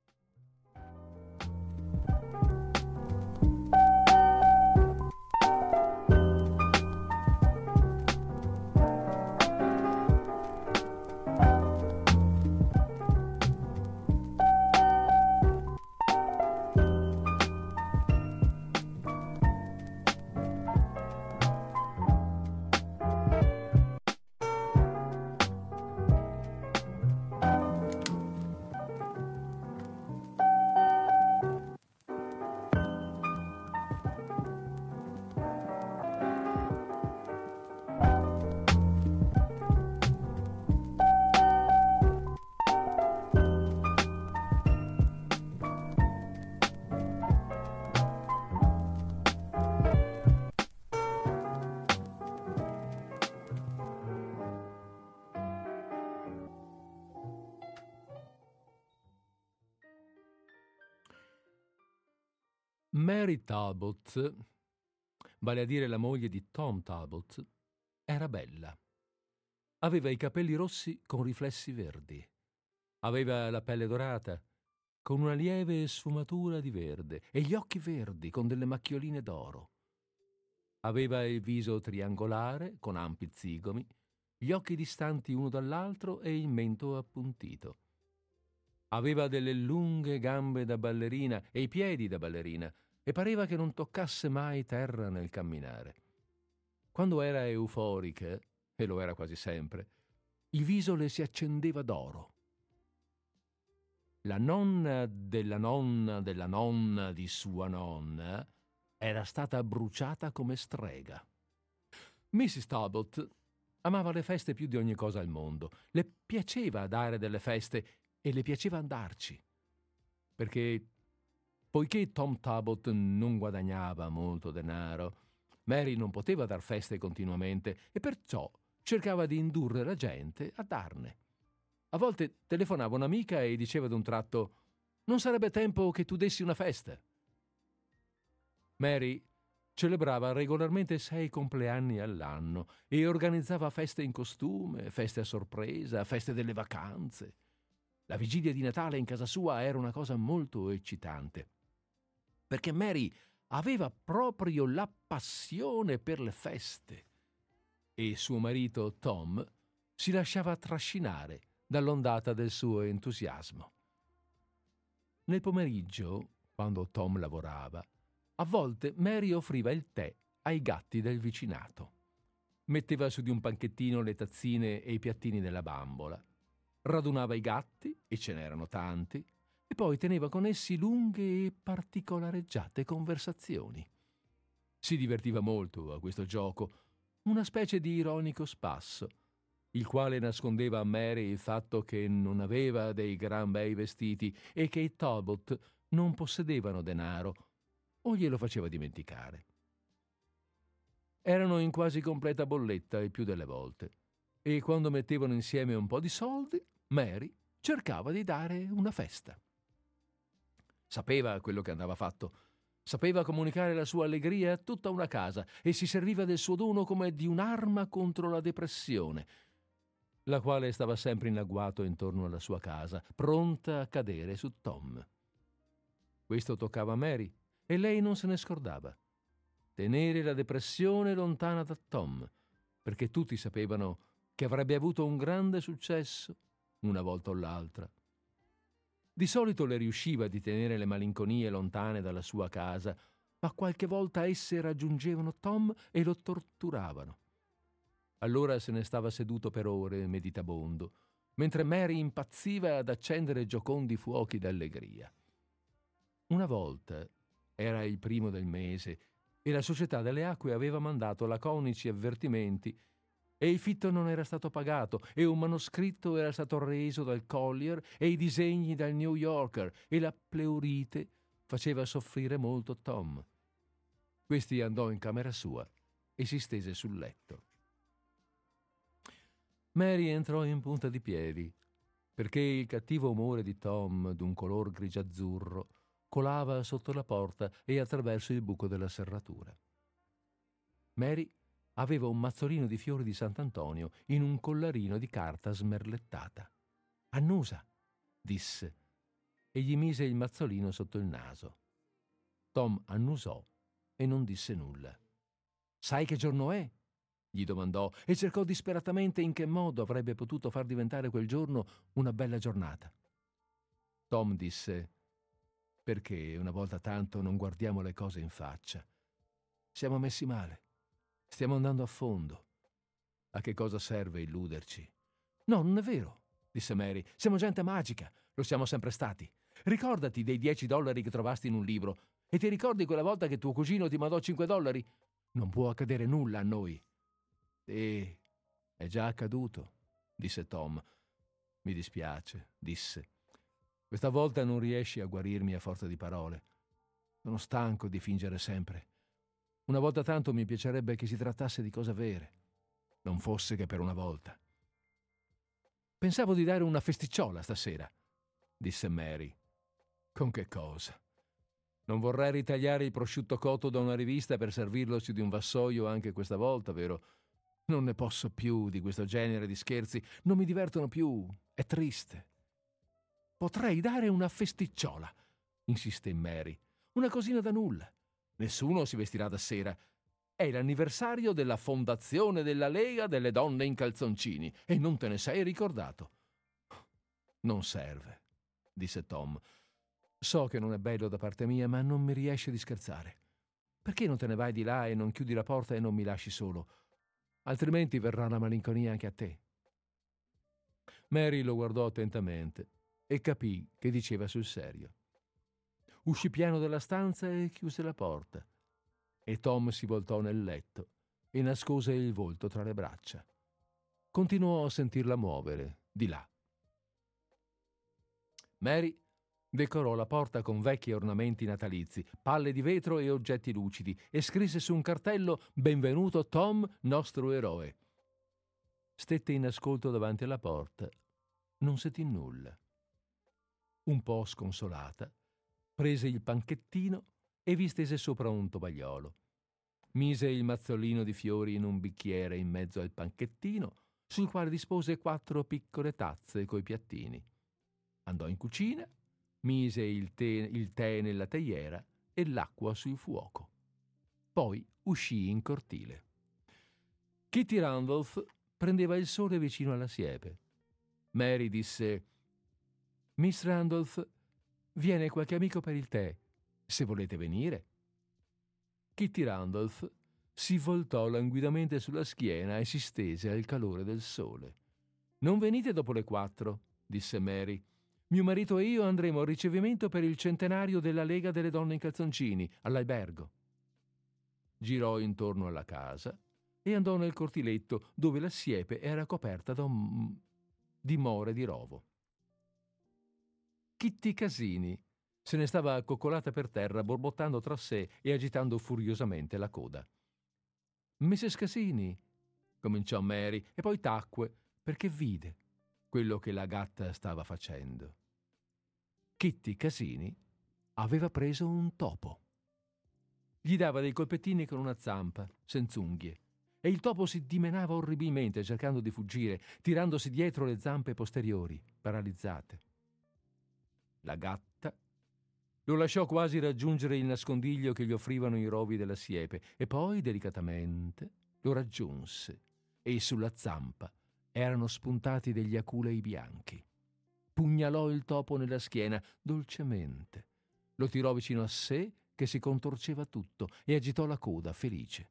Mary Talbot, vale a dire la moglie di Tom Talbot, era bella. Aveva i capelli rossi con riflessi verdi. Aveva la pelle dorata, con una lieve sfumatura di verde, e gli occhi verdi con delle macchioline d'oro. Aveva il viso triangolare, con ampi zigomi, gli occhi distanti uno dall'altro e il mento appuntito. Aveva delle lunghe gambe da ballerina e i piedi da ballerina, e pareva che non toccasse mai terra nel camminare. Quando era euforica, e lo era quasi sempre, il viso le si accendeva d'oro. La nonna della nonna della nonna di sua nonna era stata bruciata come strega. missis Talbot amava le feste più di ogni cosa al mondo. Le piaceva dare delle feste e le piaceva andarci, perché poiché Tom Talbot non guadagnava molto denaro, Mary non poteva dar feste continuamente e perciò cercava di indurre la gente a darne. A volte telefonava un'amica e diceva d'un tratto: «Non sarebbe tempo che tu dessi una festa?» Mary celebrava regolarmente sei compleanni all'anno e organizzava feste in costume, feste a sorpresa, feste delle vacanze. La vigilia di Natale in casa sua era una cosa molto eccitante, perché Mary aveva proprio la passione per le feste e suo marito Tom si lasciava trascinare dall'ondata del suo entusiasmo. Nel pomeriggio, quando Tom lavorava, a volte Mary offriva il tè ai gatti del vicinato. Metteva su di un panchettino le tazzine e i piattini della bambola, radunava i gatti, e ce n'erano tanti, e poi teneva con essi lunghe e particolareggiate conversazioni. Si divertiva molto a questo gioco, una specie di ironico spasso, il quale nascondeva a Mary il fatto che non aveva dei gran bei vestiti e che i Talbot non possedevano denaro, o glielo faceva dimenticare. Erano in quasi completa bolletta il più delle volte, e quando mettevano insieme un po' di soldi, Mary cercava di dare una festa. Sapeva quello che andava fatto, sapeva comunicare la sua allegria a tutta una casa e si serviva del suo dono come di un'arma contro la depressione, la quale stava sempre in agguato intorno alla sua casa, pronta a cadere su Tom. Questo toccava a Mary e lei non se ne scordava. Tenere la depressione lontana da Tom, perché tutti sapevano che avrebbe avuto un grande successo una volta o l'altra. Di solito le riusciva di tenere le malinconie lontane dalla sua casa, ma qualche volta esse raggiungevano Tom e lo torturavano. Allora se ne stava seduto per ore meditabondo, mentre Mary impazziva ad accendere giocondi fuochi d'allegria. Una volta, era il primo del mese, e la Società delle Acque aveva mandato laconici avvertimenti e il fitto non era stato pagato e un manoscritto era stato reso dal Collier e i disegni dal New Yorker e la pleurite faceva soffrire molto Tom. Questi andò in camera sua e si stese sul letto. Mary entrò in punta di piedi perché il cattivo umore di Tom, d'un color grigiazzurro, colava sotto la porta e attraverso il buco della serratura. Mary aveva un mazzolino di fiori di Sant'Antonio in un collarino di carta smerlettata. «Annusa», disse, e gli mise il mazzolino sotto il naso. Tom annusò e non disse nulla. «Sai che giorno è?» gli domandò e cercò disperatamente in che modo avrebbe potuto far diventare quel giorno una bella giornata. Tom disse: «Perché una volta tanto non guardiamo le cose in faccia? Siamo messi male. Stiamo andando a fondo. A che cosa serve illuderci?» «No, non è vero», disse Mary. «Siamo gente magica. Lo siamo sempre stati. Ricordati dei dieci dollari che trovasti in un libro. E ti ricordi quella volta che tuo cugino ti mandò cinque dollari? Non può accadere nulla a noi». «Sì, è già accaduto», disse Tom. «Mi dispiace», disse. «Questa volta non riesci a guarirmi a forza di parole. Sono stanco di fingere sempre. Una volta tanto mi piacerebbe che si trattasse di cose vere. Non fosse che per una volta». «Pensavo di dare una festicciola stasera», disse Mary. «Con che cosa? Non vorrai ritagliare il prosciutto cotto da una rivista per servirlo su di un vassoio anche questa volta, vero? Non ne posso più di questo genere di scherzi. Non mi divertono più. È triste». «Potrei dare una festicciola», insiste Mary. «Una cosina da nulla. Nessuno si vestirà da sera. È l'anniversario della fondazione della Lega delle Donne in Calzoncini e non te ne sei ricordato». «Non serve», disse Tom. «So che non è bello da parte mia, ma non mi riesce di scherzare. Perché non te ne vai di là e non chiudi la porta e non mi lasci solo? Altrimenti verrà la malinconia anche a te». Mary lo guardò attentamente e capì che diceva sul serio. Uscì piano dalla stanza e chiuse la porta. E Tom si voltò nel letto e nascose il volto tra le braccia. Continuò a sentirla muovere di là. Mary decorò la porta con vecchi ornamenti natalizi, palle di vetro e oggetti lucidi e scrisse su un cartello «Benvenuto Tom, nostro eroe». Stette in ascolto davanti alla porta. Non sentì nulla. Un po' sconsolata, prese il panchettino e vi stese sopra un tovagliolo. Mise il mazzolino di fiori in un bicchiere in mezzo al panchettino, sul quale dispose quattro piccole tazze coi piattini. Andò in cucina, mise il tè, il tè nella teiera e l'acqua sul fuoco. Poi uscì in cortile. Kitty Randolph prendeva il sole vicino alla siepe. Mary disse: «Miss Randolph, viene qualche amico per il tè, se volete venire». Kitty Randolph si voltò languidamente sulla schiena e si stese al calore del sole. «Non venite dopo le quattro», disse Mary. «Mio marito e io andremo al ricevimento per il centenario della Lega delle Donne in Calzoncini, all'albergo». Girò intorno alla casa e andò nel cortiletto dove la siepe era coperta da un... di more di rovo. Kitty Casini se ne stava accoccolata per terra, borbottando tra sé e agitando furiosamente la coda. «missus Casini», cominciò Mary, e poi tacque perché vide quello che la gatta stava facendo. Kitty Casini aveva preso un topo. Gli dava dei colpettini con una zampa, senza unghie, e il topo si dimenava orribilmente cercando di fuggire, tirandosi dietro le zampe posteriori, paralizzate. La gatta lo lasciò quasi raggiungere il nascondiglio che gli offrivano i rovi della siepe e poi, delicatamente, lo raggiunse e sulla zampa erano spuntati degli aculei bianchi. Pugnalò il topo nella schiena dolcemente, lo tirò vicino a sé che si contorceva tutto e agitò la coda felice.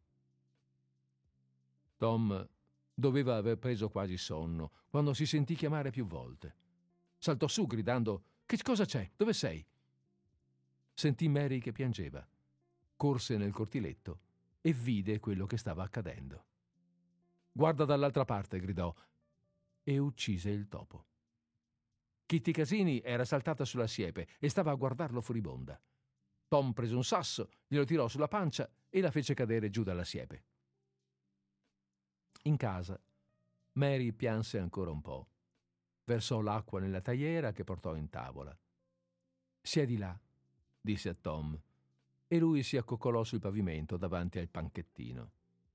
Tom doveva aver preso quasi sonno quando si sentì chiamare più volte. Saltò su gridando: «Che cosa c'è? Dove sei?» Sentì Mary che piangeva. Corse nel cortiletto e vide quello che stava accadendo. «Guarda dall'altra parte», gridò, e uccise il topo. Kitty Casini era saltata sulla siepe e stava a guardarlo furibonda. Tom prese un sasso, glielo tirò sulla pancia e la fece cadere giù dalla siepe. In casa, Mary pianse ancora un po'. Versò l'acqua nella teiera che portò in tavola. «Siedi là», disse a Tom, e lui si accoccolò sul pavimento davanti al panchettino.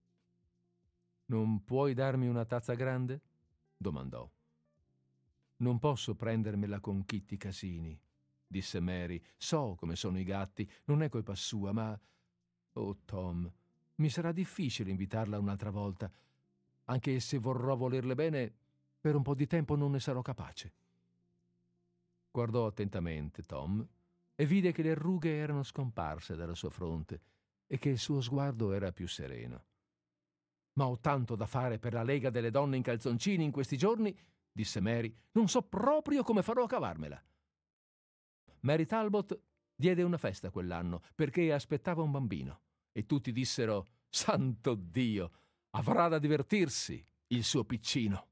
«Non puoi darmi una tazza grande?» domandò. «Non posso prendermela con Kitty Casini», disse Mary. «So come sono i gatti, non è colpa sua, ma... Oh, Tom, mi sarà difficile invitarla un'altra volta, anche se vorrò volerle bene, per un po' di tempo non ne sarò capace». Guardò attentamente Tom e vide che le rughe erano scomparse dalla sua fronte e che il suo sguardo era più sereno. «Ma ho tanto da fare per la Lega delle donne in calzoncini in questi giorni», disse Mary, «non so proprio come farò a cavarmela». Mary Talbot diede una festa quell'anno perché aspettava un bambino e tutti dissero: «Santo Dio, avrà da divertirsi il suo piccino».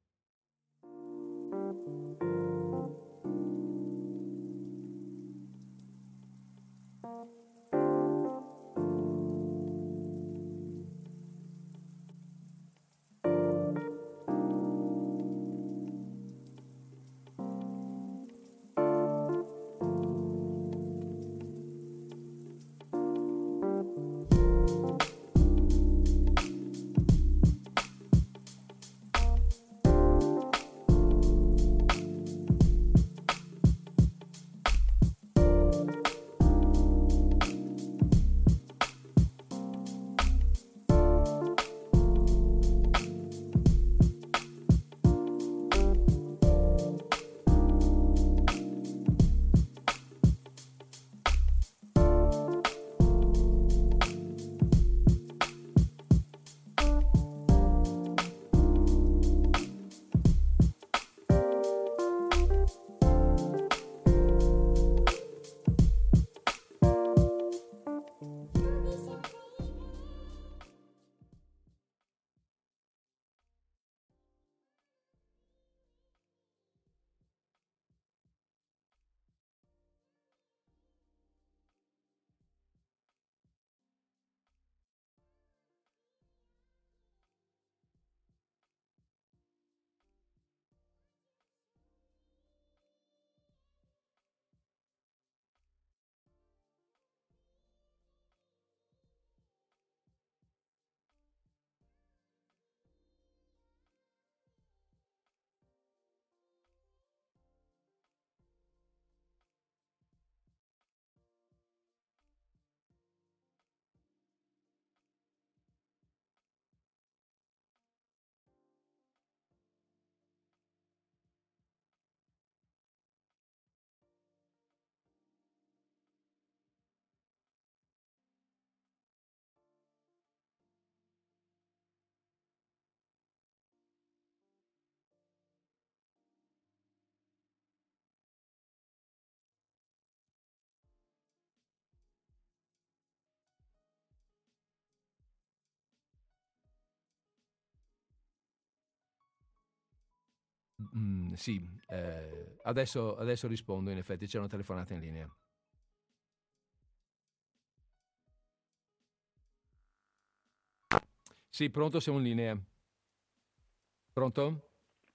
Mm, sì, eh, adesso, adesso rispondo, in effetti c'è una telefonata in linea. Sì, pronto, siamo in linea. Pronto?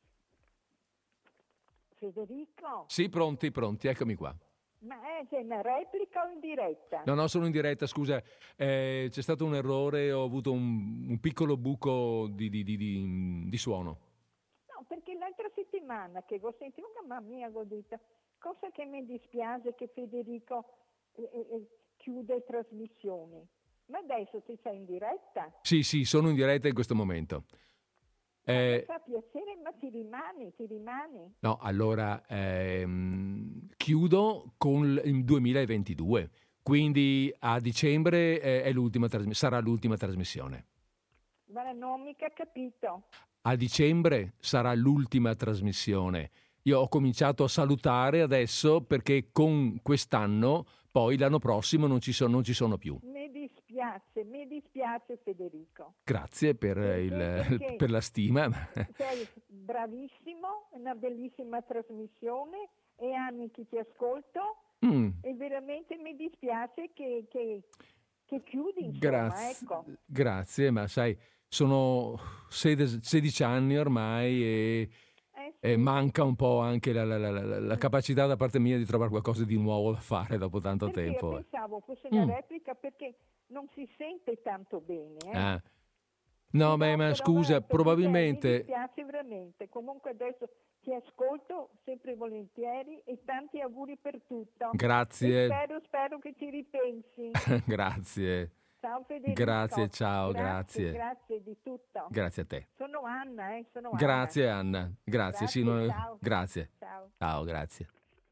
Federico? Sì, pronti, pronti, eccomi qua. Ma è una replica o in diretta? No, no, sono in diretta, scusa, eh, c'è stato un errore, ho avuto un, un piccolo buco di, di, di, di, di suono. No, perché l'altra settimana che ho sentito, mamma mia, ho detto, cosa che mi dispiace che Federico eh, eh, chiude trasmissioni. Ma adesso ti sei in diretta? Sì, sì, sono in diretta in questo momento. Eh, mi fa piacere, ma ti rimani, ti rimani. No, allora ehm, chiudo con il duemilaventidue, quindi a dicembre è, è l'ultima trasmiss- sarà l'ultima trasmissione. Ma non ho mica capito. A dicembre sarà l'ultima trasmissione. Io ho cominciato a salutare adesso perché con quest'anno, poi l'anno prossimo non ci sono, non ci sono più. Mi dispiace. Grazie, mi dispiace Federico. Grazie per, il, per la stima. Sei bravissimo, una bellissima trasmissione, e anni che ti ascolto, mm. e veramente mi dispiace che, che, che chiudi, insomma, grazie, ecco. Grazie, ma sai, sono sedici anni ormai e, eh sì. e manca un po' anche la, la, la, la, la capacità da parte mia di trovare qualcosa di nuovo da fare dopo tanto perché tempo. Io pensavo fosse una mm. replica perché non si sente tanto bene. Eh? Ah. No, beh, ma scusa, probabilmente... Mi dispiace veramente. Comunque adesso ti ascolto sempre volentieri e tanti auguri per tutto. Grazie. E spero, spero che ci ripensi. Grazie. Ciao Federico. Grazie, ciao, grazie. grazie. Grazie di tutto. Grazie a te. Sono Anna, eh, sono Grazie Anna. Anna, grazie. Grazie, sì, non... ciao. grazie. Ciao. Ciao, grazie.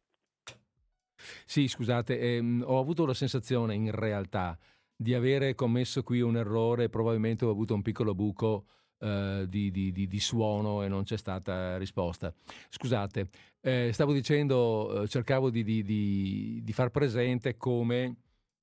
Sì, scusate, ehm, ho avuto la sensazione in realtà di avere commesso qui un errore, probabilmente ho avuto un piccolo buco eh, di, di, di, di suono e non c'è stata risposta. Scusate, eh, stavo dicendo, eh, cercavo di, di, di, di far presente come...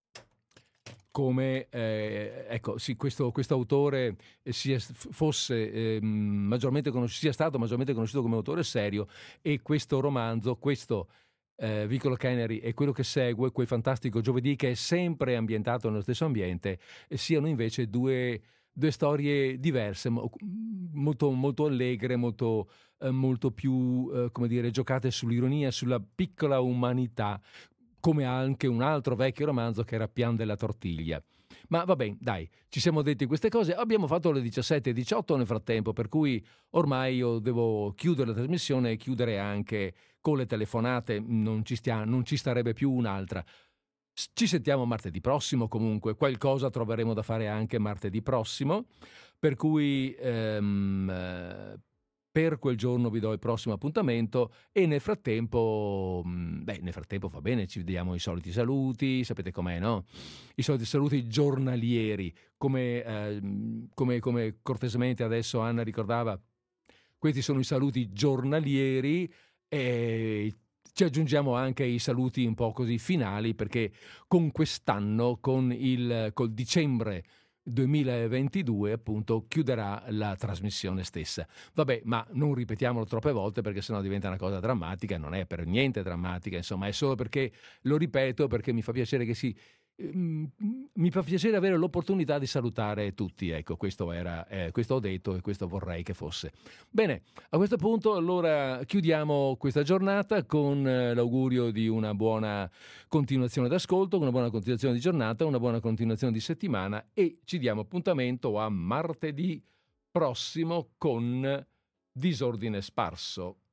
come eh, ecco, sì, questo, questo autore sia, fosse eh, maggiormente conosciuto, sia stato maggiormente conosciuto come autore serio, e questo romanzo, questo eh, Vicolo Cannery e quello che segue, quel fantastico Giovedì, che è sempre ambientato nello stesso ambiente, eh, siano invece due, due storie diverse, molto, molto allegre, molto, eh, molto più, eh, come dire, giocate sull'ironia, sulla piccola umanità, come anche un altro vecchio romanzo che era Pian della Tortiglia. Ma va bene, dai, ci siamo detti queste cose, abbiamo fatto le diciassette e diciotto nel frattempo, per cui ormai io devo chiudere la trasmissione e chiudere anche con le telefonate, non ci, stia, non ci starebbe più un'altra. Ci sentiamo martedì prossimo, comunque qualcosa troveremo da fare anche martedì prossimo, per cui... Ehm, per quel giorno vi do il prossimo appuntamento e nel frattempo, beh, nel frattempo va bene, ci vediamo i soliti saluti, sapete com'è, no? I soliti saluti giornalieri, come, eh, come, come cortesemente adesso Anna ricordava, questi sono i saluti giornalieri e ci aggiungiamo anche i saluti un po' così finali, perché con quest'anno, con il col dicembre duemilaventidue, appunto, chiuderà la trasmissione stessa. Vabbè, ma non ripetiamolo troppe volte, perché sennò diventa una cosa drammatica. Non è per niente drammatica, insomma, è solo perché lo ripeto, perché mi fa piacere che si mi fa piacere avere l'opportunità di salutare tutti. Ecco, questo era eh, questo ho detto e questo vorrei che fosse. Bene, a questo punto allora chiudiamo questa giornata con eh, l'augurio di una buona continuazione d'ascolto, una buona continuazione di giornata, una buona continuazione di settimana, e ci diamo appuntamento a martedì prossimo con Disordine Sparso.